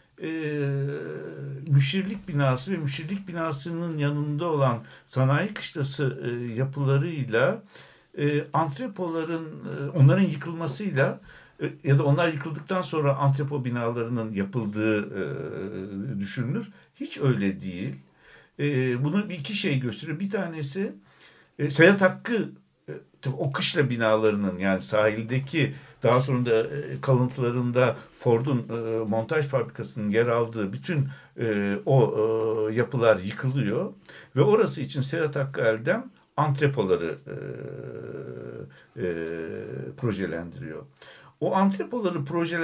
müşirlik binası ve müşirlik binasının yanında olan sanayi kışlası yapılarıyla antrepoların, onların yıkılmasıyla ya da onlar yıkıldıktan sonra antrepo binalarının yapıldığı düşünülür. Hiç öyle değil. Bunu iki şey gösteriyor. Bir tanesi Seyahat Hakkı o kışla binalarının, yani sahildeki, daha sonra da kalıntılarında Ford'un montaj fabrikasının yer aldığı bütün o yapılar yıkılıyor ve orası için Seyahat Hakkı Eldem antrepoları projelendiriyor. O antrepoları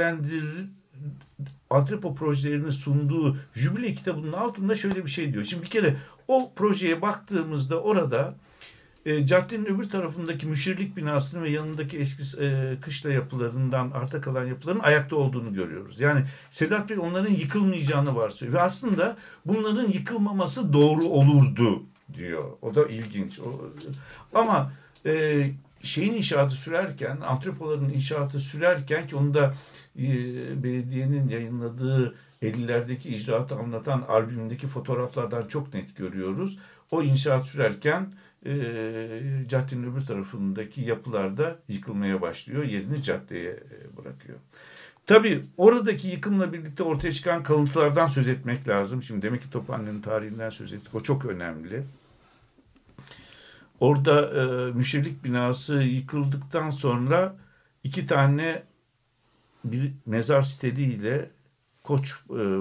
antrepo projelerini sunduğu jübile kitabının altında şöyle bir şey diyor. Şimdi bir kere o projeye baktığımızda orada caddenin öbür tarafındaki müşirlik binasının ve yanındaki eski kışla yapılarından arta kalan yapıların ayakta olduğunu görüyoruz. Yani Sedat Bey onların yıkılmayacağını varsayıyor. Ve aslında bunların yıkılmaması doğru olurdu diyor. O da ilginç. Ama şeyin inşaatı sürerken, antrepoların inşaatı sürerken, ki onu da belediyenin yayınladığı 50'lerdeki icraatı anlatan albümündeki fotoğraflardan çok net görüyoruz. O inşaat sürerken caddenin öbür tarafındaki yapılar da yıkılmaya başlıyor. Yerini caddeye bırakıyor. Tabii oradaki yıkımla birlikte ortaya çıkan kalıntılardan söz etmek lazım. Şimdi demek ki Tophane'nin tarihinden söz ettik. O çok önemli. Orada müşirlik binası yıkıldıktan sonra iki tane, bir mezar steliyle koç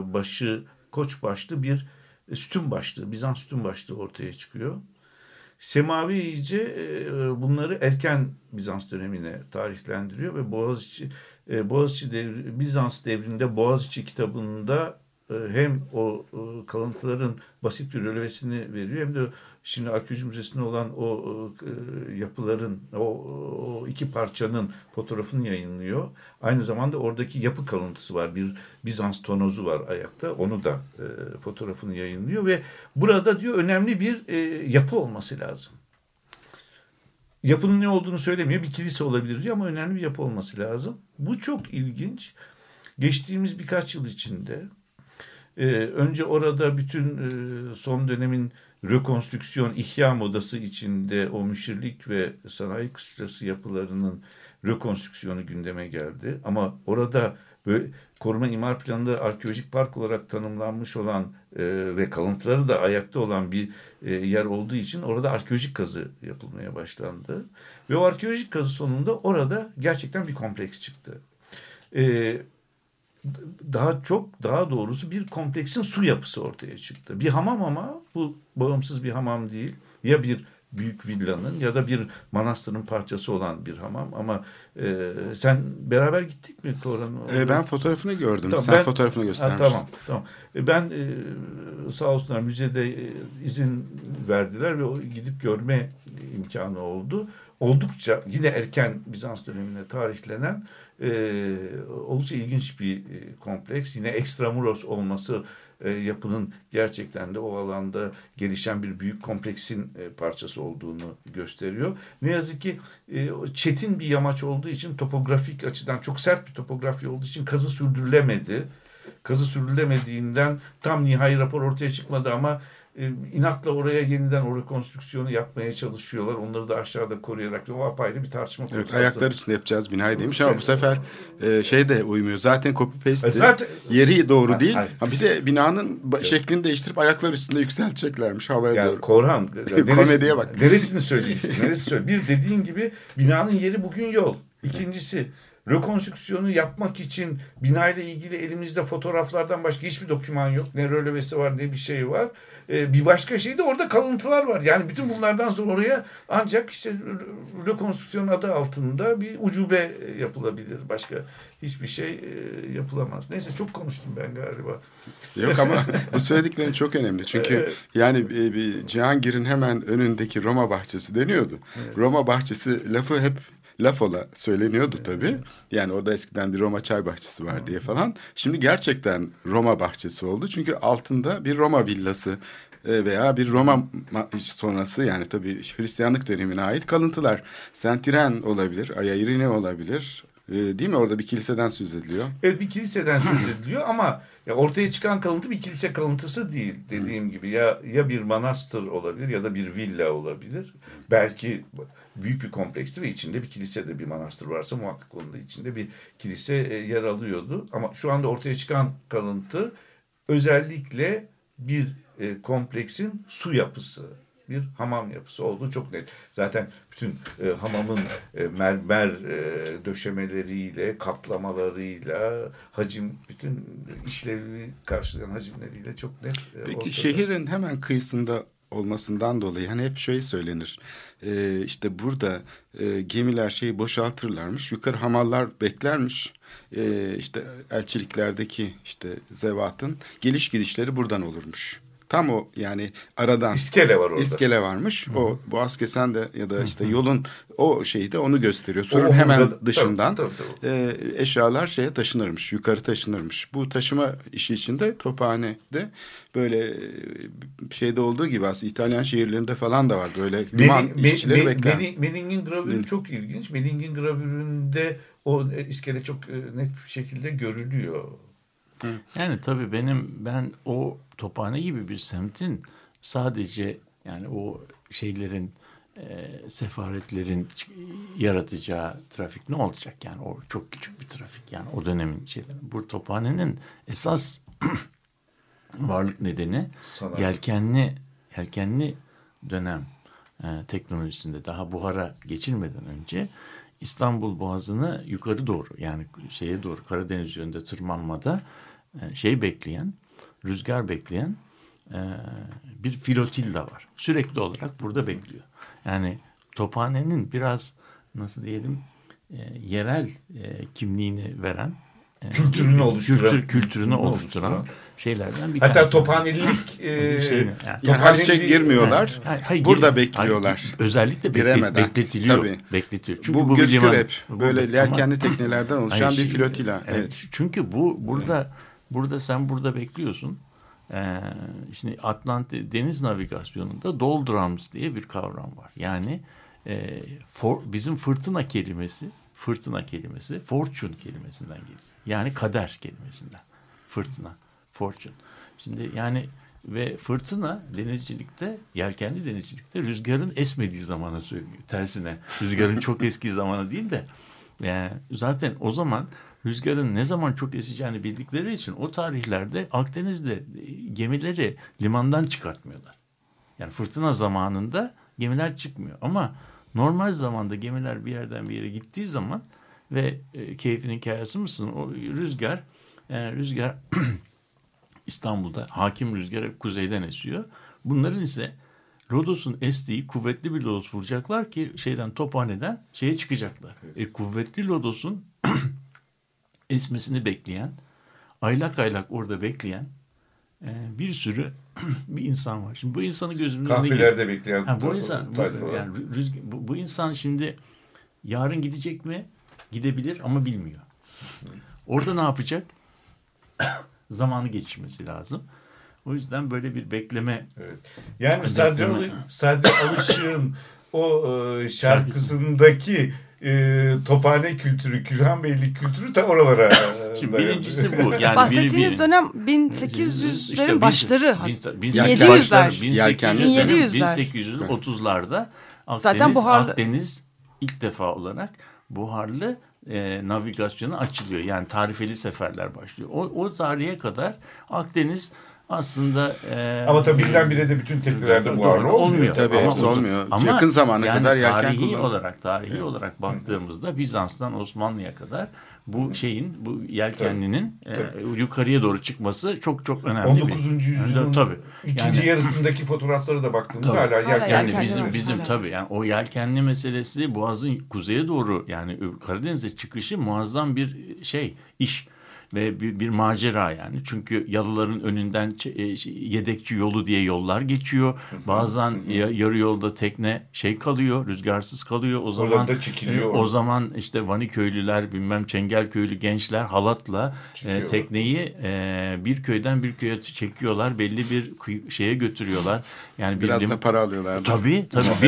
başlı bir sütun başlığı, Bizans sütun başlığı ortaya çıkıyor. Semavi iyice bunları erken Bizans dönemine tarihlendiriyor ve Boğaziçi devri, Bizans devrinde Boğaziçi kitabında hem o kalıntıların basit bir rölevesini veriyor, hem de şimdi Arkeoloji Müzesi'nde olan o yapıların, o iki parçanın fotoğrafını yayınlıyor. Aynı zamanda oradaki yapı kalıntısı var. Bir Bizans tonozu var ayakta. Onu da fotoğrafını yayınlıyor ve burada diyor önemli bir yapı olması lazım. Yapının ne olduğunu söylemiyor. Bir kilise olabilir diyor ama önemli bir yapı olması lazım. Bu çok ilginç. Geçtiğimiz birkaç yıl içinde önce orada bütün son dönemin rekonstrüksiyon, ihya modası içinde o müşirlik ve sanayi kışlası yapılarının rekonstrüksiyonu gündeme geldi. Ama orada böyle koruma imar planında arkeolojik park olarak tanımlanmış olan ve kalıntıları da ayakta olan bir yer olduğu için orada arkeolojik kazı yapılmaya başlandı. Ve o arkeolojik kazı sonunda orada gerçekten bir kompleks çıktı. Daha doğrusu bir kompleksin su yapısı ortaya çıktı. Bir hamam, ama bu bağımsız bir hamam değil. Ya bir büyük villanın ya da bir manastırın parçası olan bir hamam. Ama sen beraber gittik mi Korhan? Ben fotoğrafını gördüm. Tamam, Sen fotoğrafını göstermiştin. Tamam. Ben sağ olsunlar müzede izin verdiler ve gidip görme imkanı oldu. Oldukça yine erken Bizans dönemine tarihlenen oldukça ilginç bir kompleks. Yine ekstramuros olması yapının gerçekten de o alanda gelişen bir büyük kompleksin parçası olduğunu gösteriyor. Ne yazık ki çetin bir yamaç olduğu için, topografik açıdan çok sert bir topografi olduğu için kazı sürdürülemedi. Kazı sürdürülemediğinden tam nihai rapor ortaya çıkmadı ama inatla oraya yeniden o rekonstrüksiyonu yapmaya çalışıyorlar. Onları da aşağıda koruyarak o apayrı bir tartışma konusu. Evet, ayaklar üstünde yapacağız binayı demiş ama bu sefer şey de uymuyor. Zaten copy paste Zaten yeri doğru değil. Hayır. Bir de binanın şeklini değiştirip ayaklar üstünde yükselteceklermiş havaya yani doğru. Korhan Komediye bak. Neresini söyleyeyim? Bir dediğin gibi binanın yeri bugün yol. İkincisi rekonstrüksiyonu yapmak için binayla ilgili elimizde fotoğraflardan başka hiçbir doküman yok. Ne rölevesi var ne bir şey var. Bir başka şey de orada kalıntılar var. Yani bütün bunlardan sonra oraya ancak işte rekonstrüksiyon adı altında bir ucube yapılabilir. Başka hiçbir şey yapılamaz. Neyse çok konuştum ben galiba. Yok ama bu söylediklerin çok önemli. Çünkü yani bir Cihangir'in hemen önündeki Roma bahçesi deniyordu. Evet. Roma bahçesi lafı hep laf ola söyleniyordu tabii. Yani orada eskiden bir Roma çay bahçesi var diye falan. Şimdi gerçekten Roma bahçesi oldu. Çünkü altında bir Roma villası veya bir Roma sonrası, yani tabii Hristiyanlık dönemine ait kalıntılar. Sentiren olabilir, Aia Irene olabilir. Değil mi? Orada bir kiliseden söz ediliyor. Evet, bir kiliseden söz ediliyor ama ya ortaya çıkan kalıntı bir kilise kalıntısı değil. Dediğim gibi ya bir manastır olabilir ya da bir villa olabilir. Belki büyük bir komplekstir ve içinde bir kilise de, bir manastır varsa muhakkak onun da içinde bir kilise yer alıyordu. Ama şu anda ortaya çıkan kalıntı özellikle bir kompleksin su yapısı, bir hamam yapısı olduğu çok net. Zaten bütün hamamın mermer döşemeleriyle, kaplamalarıyla, bütün işlevi karşılayan hacimleriyle çok net. Peki ortada. Şehrin hemen kıyısında olmasından dolayı hani hep şey söylenir. İşte burada gemiler boşaltırlarmış. Yukarı hamallar beklermiş. İşte elçiliklerdeki işte zevatın geliş gidişleri buradan olurmuş. Tam o yani aradan İskele var orada. İskele varmış. Hı-hı. O Boğaz Kesen de ya da işte yolun o şeyi de onu gösteriyor. Surun o hemen burada, dışından tabii. Eşyalar taşınırmış. Yukarı taşınırmış. Bu taşıma işi içinde Tophane'de böyle şeyde olduğu gibi aslında İtalyan şehirlerinde falan da var. Böyle liman işçileri bekler. Menning'in gravürü çok ilginç. Menning'in gravüründe o iskele çok net bir şekilde görülüyor. Yani tabii ben o Tophane gibi bir semtin sadece yani o şeylerin sefaretlerin yaratacağı trafik ne olacak? Yani o çok küçük bir trafik. Yani o dönemin şeyleri. Bu Tophane'nin esas varlık nedeni yelkenli dönem teknolojisinde daha buhara geçilmeden önce İstanbul Boğazı'nı yukarı doğru yani şeye doğru Karadeniz yönünde tırmanmada rüzgar bekleyen bir flotilda var. Sürekli olarak burada bekliyor. Yani Tophane'nin biraz nasıl diyelim yerel kimliğini veren kültürünü oluşturan şeylerden bir tanesi. Hatta Tophanelilik yani Haliç'e girmiyorlar. Burada bekliyorlar. Özellikle bekletiliyor. Bekletiyor. Çünkü bu gözükür hep. Böyle yelkenli teknelerden oluşan bir flotilla. Evet. Çünkü burada sen burada bekliyorsun. Şimdi Atlantik deniz navigasyonunda doldrums diye bir kavram var. Yani bizim fırtına kelimesi fortune kelimesinden geliyor. Yani kader kelimesinden. Fırtına, fortune. Şimdi yani ve fırtına denizcilikte, yelkenli denizcilikte rüzgarın esmediği zamana söylüyor. Tersine. Rüzgarın çok eski zamanı değil de yani zaten o zaman rüzgarın ne zaman çok eseceğini bildikleri için o tarihlerde Akdeniz'de gemileri limandan çıkartmıyorlar. Yani fırtına zamanında gemiler çıkmıyor. Ama normal zamanda gemiler bir yerden bir yere gittiği zaman ve keyfinin kayası mısın? O rüzgar İstanbul'da hakim rüzgar hep kuzeyden esiyor. Bunların ise Rodos'un estiği kuvvetli bir lodos bulacaklar ki Tophane'den şeye çıkacaklar. Kuvvetli lodos'un esmesini bekleyen, aylak aylak orada bekleyen bir sürü bir insan var. Şimdi bu insanı gözümün önüne kahvelerde bekleyen bu insan bu insan şimdi yarın gidecek mi? Gidebilir ama bilmiyor. Orada ne yapacak? Zamanı geçirmesi lazım. O yüzden böyle bir bekleme. Evet. Yani Sadri Alışık'ın o şarkısındaki Tophane kültürü, Külhanbeylik kültürü de oralara Şimdi birincisi bu. Yani bahsettiğiniz dönem 1800'lerin başları. 1830'larda Akdeniz ilk defa olarak buharlı navigasyona açılıyor. Yani tarifeli seferler başlıyor. O tarihe kadar Akdeniz aslında ama tabii birdenbire de bütün teknelerde buharlı olmuyor. Tabii hepsi olmuyor. Ama yakın zamana yani kadar yelken kullanılıyor. Tarihi olarak baktığımızda Bizans'tan Osmanlı'ya kadar bu yelkenlinin yukarıya doğru çıkması çok çok önemli. 19. yüzyılın ikinci yarısındaki fotoğraflara da baktığımızda hala yelkenli. Yani bizim tabii yani o yelkenli meselesi Boğaz'ın kuzeye doğru yani Karadeniz'e çıkışı muazzam bir iş. Ve bir macera yani. Çünkü yalıların önünden yedekçi yolu diye yollar geçiyor. Bazen yarı yolda tekne kalıyor, rüzgarsız kalıyor. O zaman işte Vaniköylüler, Çengelköylü gençler halatla tekneyi bir köyden bir köye çekiyorlar. Belli bir şeye götürüyorlar. Yani biraz da para alıyorlar. Tabii.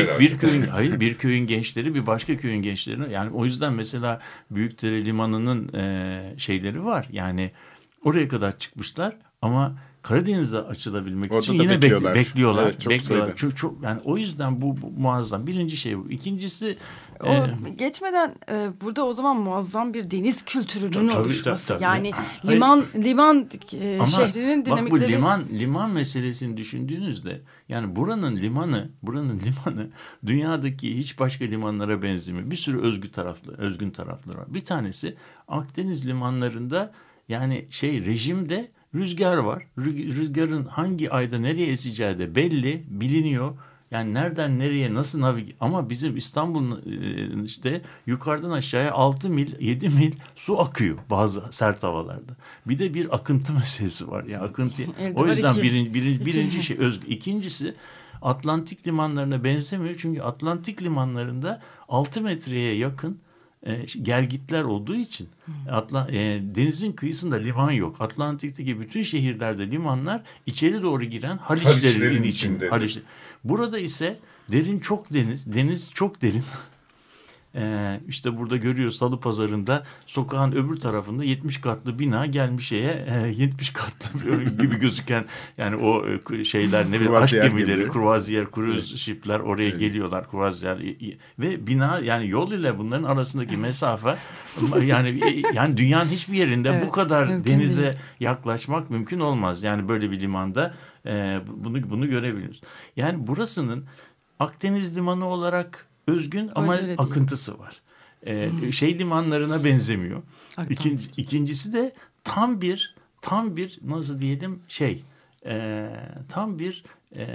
Bir köyün gençleri bir başka köyün gençlerine yani o yüzden mesela Büyükdere Limanı'nın şeyleri var. Yani oraya kadar çıkmışlar ama Karadeniz'e açılabilmek orada için yine bekliyorlar. Evet, çok yani o yüzden bu muazzam. Birinci şey bu. İkincisi geçmeden burada o zaman muazzam bir deniz kültürünün oluşması. Tabii. Yani liman şehrinin dinamikleri. Bu liman meselesini düşündüğünüzde yani buranın limanı dünyadaki hiç başka limanlara benzemiyor. Bir sürü özgün tarafları var. Bir tanesi Akdeniz limanlarında yani rejimde rüzgar var. Rüzgarın hangi ayda nereye eseceği de biliniyor. Yani nereden nereye nasıl ama bizim İstanbul'un yukarıdan aşağıya 6 mil 7 mil su akıyor bazı sert havalarda. Bir de bir akıntı meselesi var. Yani akıntı. O yüzden birinci şey özgü. İkincisi Atlantik limanlarına benzemiyor. Çünkü Atlantik limanlarında 6 metreye yakın gelgitler olduğu için denizin kıyısında liman yok. Atlantik'teki bütün şehirlerde limanlar içeri doğru giren Haliçlerin içinde. Burada ise deniz çok derin. İşte burada görüyoruz Salıpazarı'nda sokağın öbür tarafında 70 katlı bina gelmiş 70 katlı gibi gözüken yani o şeyler aşk gemileri, kruvaziyer, kruz shipler oraya geliyorlar kruvaziyer ve bina yani yol ile bunların arasındaki mesafe yani dünyanın hiçbir yerinde bu kadar denize yaklaşmak mümkün olmaz. Yani böyle bir limanda bunu görebiliyoruz. Yani burasının Akdeniz limanı olarak özgün ama akıntısı var. Limanlarına benzemiyor. İkincisi de tam bir nasıl diyelim tam bir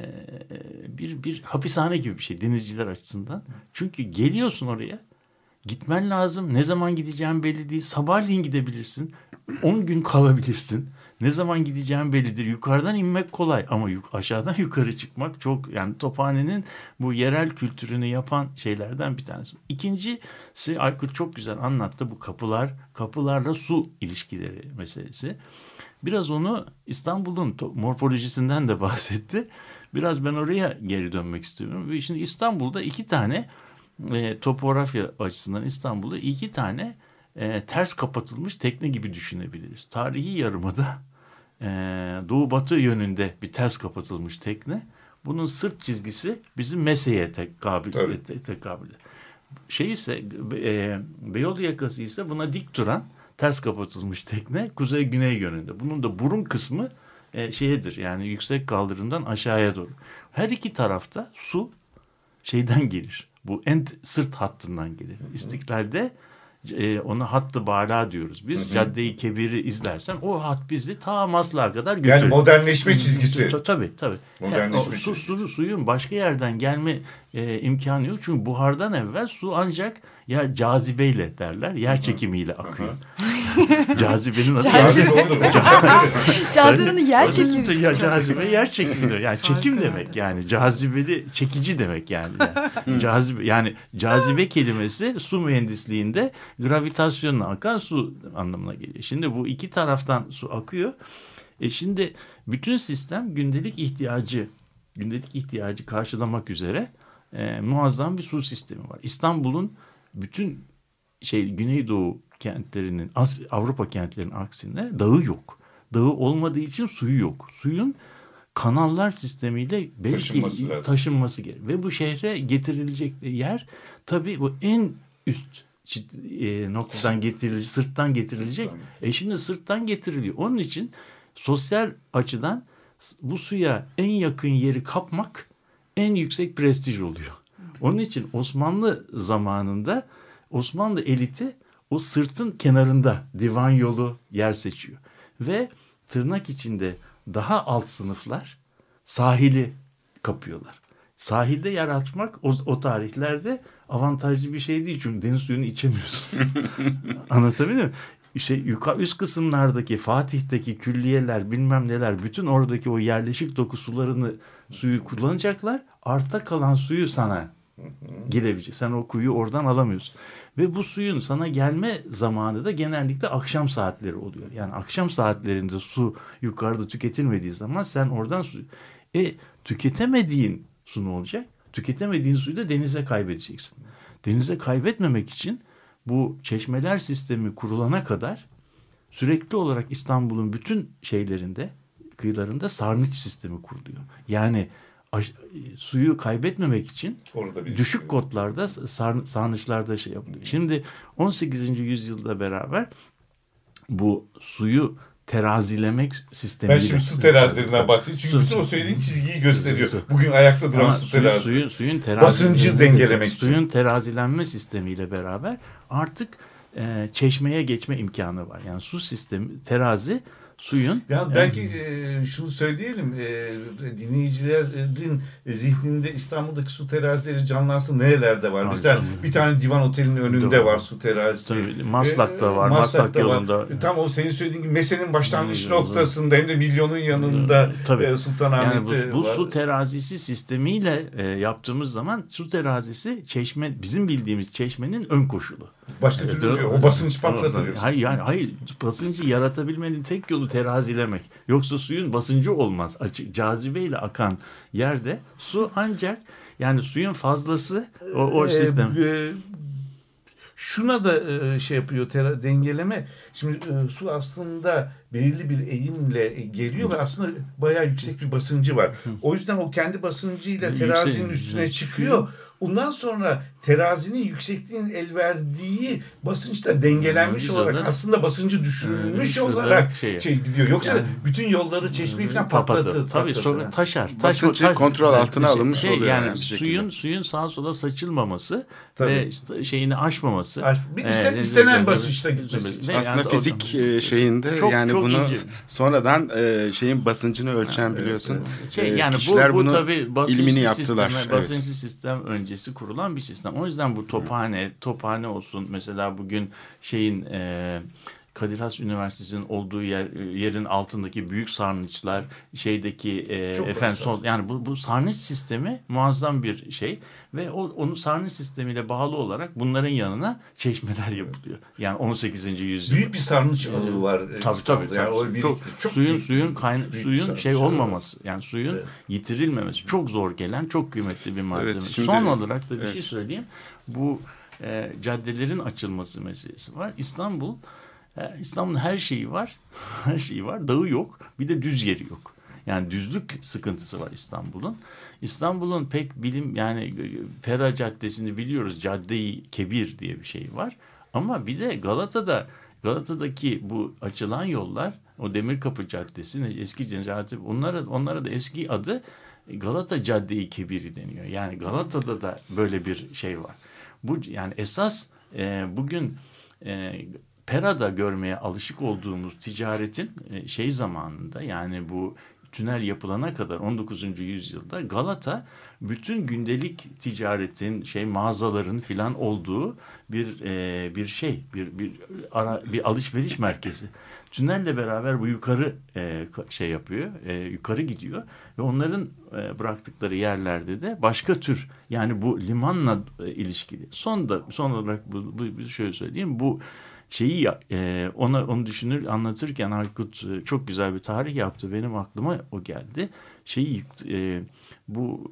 hapishane gibi bir şey denizciler açısından. Çünkü geliyorsun oraya gitmen lazım. Ne zaman gideceğin belli değil. Sabahleyin gidebilirsin. 10 gün kalabilirsin. Ne zaman gideceğim bellidir. Yukarıdan inmek kolay ama aşağıdan yukarı çıkmak çok yani Tophane'nin bu yerel kültürünü yapan şeylerden bir tanesi. İkincisi Aykut çok güzel anlattı bu kapılarla su ilişkileri meselesi. Biraz onu İstanbul'un morfolojisinden de bahsetti. Biraz ben oraya geri dönmek istiyorum. Ve şimdi İstanbul'da 2 tane topografya açısından İstanbul'da 2 tane ters kapatılmış tekne gibi düşünebiliriz. Tarihi Yarımada doğu batı yönünde bir ters kapatılmış tekne. Bunun sırt çizgisi bizim Mese'ye tekabül. Beyoğlu yakası ise buna dik duran ters kapatılmış tekne kuzey güney yönünde. Bunun da burun kısmı yani yüksek kaldırımdan aşağıya doğru. Her iki tarafta su gelir. Bu sırt hattından gelir. İstiklal'de Ona hattı bala diyoruz biz. Cadde-i Kebir'i izlersen o hat bizi ta Maslak'a kadar götürür. Yani modernleşme çizgisi. Tabii. Modernleşme Suyun başka yerden gelme imkanı yok. Çünkü buhardan evvel su ancak ya cazibeyle derler. Yer çekimiyle akıyor. Cazibenin adı Cazibe olur. Cazibenin yer çekimi. Ya cazibe yer çekimi diyor. Yani çekim demek yani. Cazibeli çekici demek yani. Cazibe kelimesi su mühendisliğinde gravitasyonla akan su anlamına geliyor. Şimdi bu iki taraftan su akıyor. Şimdi bütün sistem gündelik ihtiyacı karşılamak üzere muazzam bir su sistemi var. İstanbul'un bütün Güneydoğu kentlerinin, Avrupa kentlerinin aksine dağı yok. Dağı olmadığı için suyu yok. Suyun kanallar sistemiyle belki taşınması gerekiyor. Ve bu şehre getirilecek yer tabii bu en üst noktadan getirilecek, sırttan getirilecek. Şimdi sırttan getiriliyor. Onun için sosyal açıdan bu suya en yakın yeri kapmak en yüksek prestij oluyor. Onun için Osmanlı zamanında Osmanlı eliti o sırtın kenarında divan yolu yer seçiyor. Ve tırnak içinde daha alt sınıflar sahili kapıyorlar. Sahilde yer açmak o tarihlerde avantajlı bir şey değil. Çünkü deniz suyunu içemiyorsun. Anlatabiliyor muyum? Üst kısımlardaki Fatih'teki külliyeler bilmem neler bütün oradaki o yerleşik doku suyu kullanacaklar. Arta kalan suyu sana gelebilecek. Sen o kuyu oradan alamıyorsun. Ve bu suyun sana gelme zamanı da genellikle akşam saatleri oluyor. Yani akşam saatlerinde su yukarıda tüketilmediği zaman sen oradan su... Tüketemediğin su ne olacak? Tüketemediğin suyu da denize kaybedeceksin. Denize kaybetmemek için bu çeşmeler sistemi kurulana kadar sürekli olarak İstanbul'un bütün kıyılarında sarnıç sistemi kuruluyor. Yani suyu kaybetmemek için düşük kotlarda sarnıçlarda yapılıyor. Şimdi 18. yüzyılda beraber bu suyu terazilemek sistemi. Ben şimdi su terazilerinden bahsedeyim. Çünkü bütün o söylediğin çizgiyi gösteriyor. Bugün ayakta duran su terazi. Suyun basıncı dengelemek için. Suyun terazilenme sistemiyle beraber artık çeşmeye geçme imkanı var. Yani su sistemi, terazi suyun... Yani belki şunu söyleyelim, dinleyicilerin zihninde İstanbul'daki su terazileri canlansın, nerelerde var? Mesela bir tane divan otelinin önünde var su terazisi. Tabii, Maslak'ta var, Maslak yolunda. Tam o senin söylediğin gibi meselenin başlangıç noktasında hem de milyonun yanında Sultanahmet'te yani bu var. su terazisi sistemiyle yaptığımız zaman su terazisi bizim bildiğimiz çeşmenin ön koşulu. Başka türlü o basınç patlatır. Hayır, basıncı yaratabilmenin tek yolu terazilemek. Yoksa suyun basıncı olmaz. Açık cazibeyle akan yerde su ancak yani suyun fazlası o sistem. Şuna da yapıyor dengeleme. Şimdi su aslında belirli bir eğimle geliyor ve aslında bayağı yüksek bir basıncı var. O yüzden o kendi basıncıyla terazinin üstüne çıkıyor. Ondan sonra terazinin yüksekliğinin el verdiği basınçta dengelenmiş olarak aslında basıncı düşürülmüş olarak gidiyor. Yoksa bütün yolları çeşmeyi falan patlatır. Tabii sonra taşar. Basıncı kontrol altına alınmış oluyor. Yani suyun sağa sola saçılmaması ve şeyini aşmaması. İstenen basınçta gitmesi. Aslında fizik şeyinde yani bunu sonradan şeyin basıncını ölçen biliyorsun. Yani kişiler bu tabii ilmini yaptılar. Basınçlı sistem öncesi kurulan bir sistem. O yüzden bu tophane olsun. Mesela bugün Kadir Has Üniversitesi'nin olduğu yerin altındaki büyük sarnıçlar, yani bu sarnıç sistemi muazzam bir şey ve onun sarnıç sistemiyle bağlı olarak bunların yanına çeşmeler yapılıyor. Yani 18. yüzyıl. Büyük bir sarnıç alığı var. Tabii. Yani çok suyun olmaması, yani suyun yitirilmemesi çok zor gelen, çok kıymetli bir malzeme. Evet, son olarak da bir şey söyleyeyim. Bu caddelerin açılması meselesi var. İstanbul'un her şeyi var. Her şeyi var. Dağı yok. Bir de düz yeri yok. Yani düzlük sıkıntısı var İstanbul'un. İstanbul'un pek yani Pera Caddesi'ni biliyoruz. Cadde-i Kebir diye bir şey var. Ama bir de Galata'daki bu açılan yollar, o Demirkapı Caddesi, eski Cenazeti, onlara da eski adı Galata Cadde-i Kebiri deniyor. Yani Galata'da da böyle bir şey var. Bu yani esas bugün Pera'da görmeye alışık olduğumuz ticaretin zamanında, yani bu tünel yapılana kadar 19. yüzyılda Galata bütün gündelik ticaretin mağazaların filan olduğu bir alışveriş merkezi. Tünelle beraber bu yukarı yukarı gidiyor ve onların bıraktıkları yerlerde de başka tür, yani bu limanla ilişkili. Son olarak şöyle söyleyeyim, bu onu anlatırken Aykut çok güzel bir tarih yaptı. Benim aklıma o geldi. Bu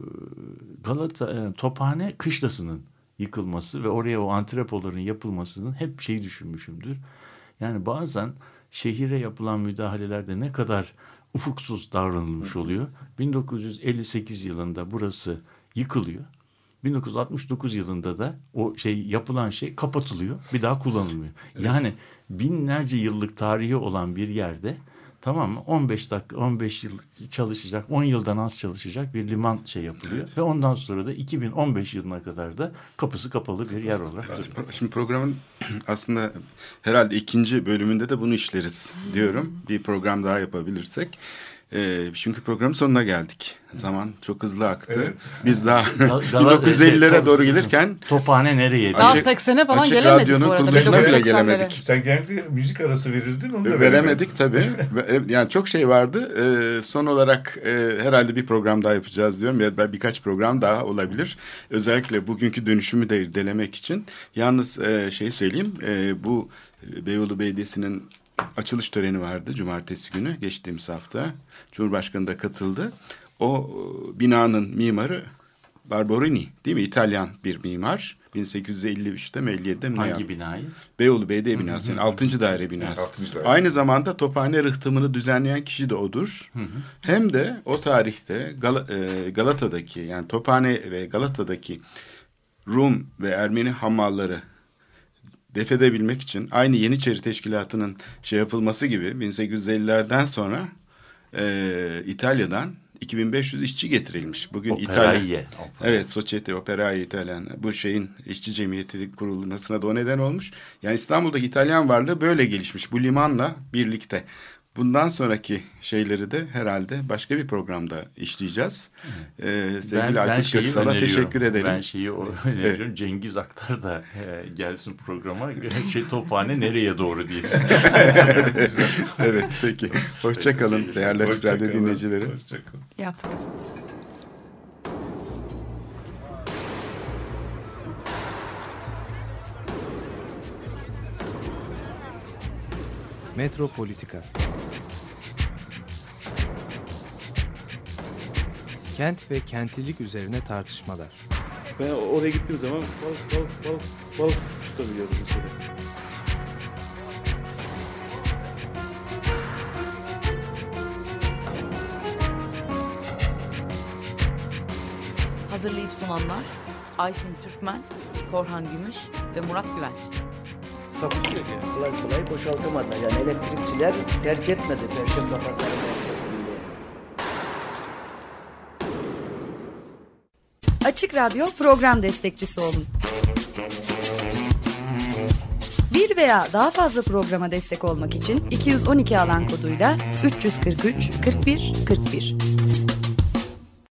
Galata Tophane kışlasının yıkılması ve oraya o antrepoların yapılmasının hep düşünmüşümdür. Yani bazen şehire yapılan müdahalelerde ne kadar ufuksuz davranılmış oluyor. 1958 yılında burası yıkılıyor. 1969 yılında da o yapılan kapatılıyor, bir daha kullanılmıyor. Evet. Yani binlerce yıllık tarihi olan bir yerde, tamam mı, 15 yıl çalışacak, 10 yıldan az çalışacak bir liman yapılıyor. Evet. Ve ondan sonra da 2015 yılına kadar da kapısı kapalı bir yer olarak duruyor. Şimdi programın aslında herhalde 2. bölümünde de bunu işleriz diyorum. Bir program daha yapabilirsek. Çünkü programın sonuna geldik. Zaman çok hızlı aktı. Evet. Biz daha 1950'lere doğru gelirken Tophane nereye? Daha 80'e falan gelemedik bu arada. Kuruluşuna bile gelemedik. Sen genellikle müzik arası verirdin, onu da veremedik tabii. Yani çok vardı. Son olarak herhalde bir program daha yapacağız diyorum. Ya birkaç program daha olabilir. Özellikle bugünkü dönüşümü de irdelemek için. Yalnız söyleyeyim. Bu Beyoğlu Belediyesi'nin açılış töreni vardı cumartesi günü, geçtiğimiz hafta. Cumhurbaşkanı da katıldı. O binanın mimarı Barberini, değil mi? İtalyan bir mimar. 1853'te mi 57'de mi? Hangi binayı? Beyoğlu Belediye binasının 6. daire binası. 6. daire. Aynı zamanda Tophane rıhtımını düzenleyen kişi de odur. Hem de o tarihte Galata'daki, yani Tophane ve Galata'daki Rum ve Ermeni hamalları defedebilmek için aynı Yeniçeri Teşkilatı'nın yapılması gibi 1850'lerden sonra İtalya'dan 2500 işçi getirilmiş. Bugün İtalya. Evet, Societe Operaia Italiana. Bu işçi cemiyeti kurulmasına da o neden olmuş. Yani İstanbul'daki İtalyan varlığı böyle gelişmiş. Bu limanla birlikte. Bundan sonraki şeyleri de herhalde başka bir programda işleyeceğiz. Sevgili Aykut Köksal'a teşekkür edelim. Ben öneriyorum. Evet. Cengiz Aktar da gelsin programa. Tophane nereye doğru diye. Evet, peki. Hoşça kalın değerli radyo dinleyicileri. Hoşça kalın. Yaptık. Metropolitika. Kent ve kentlilik üzerine tartışmalar. Ben oraya gittiğim zaman balık tutabiliyorum mesela. Hazırlayıp sunanlar Aysin Türkmen, Korhan Gümüş ve Murat Güvenç. Takusuyor yani. Kolay kolay boşaltamadı. Yani elektrikçiler terk etmedi Perşembe Pazarı merkezinde. Açık Radyo program destekçisi olun. Bir veya daha fazla programa destek olmak için 212 alan koduyla 343 41 41.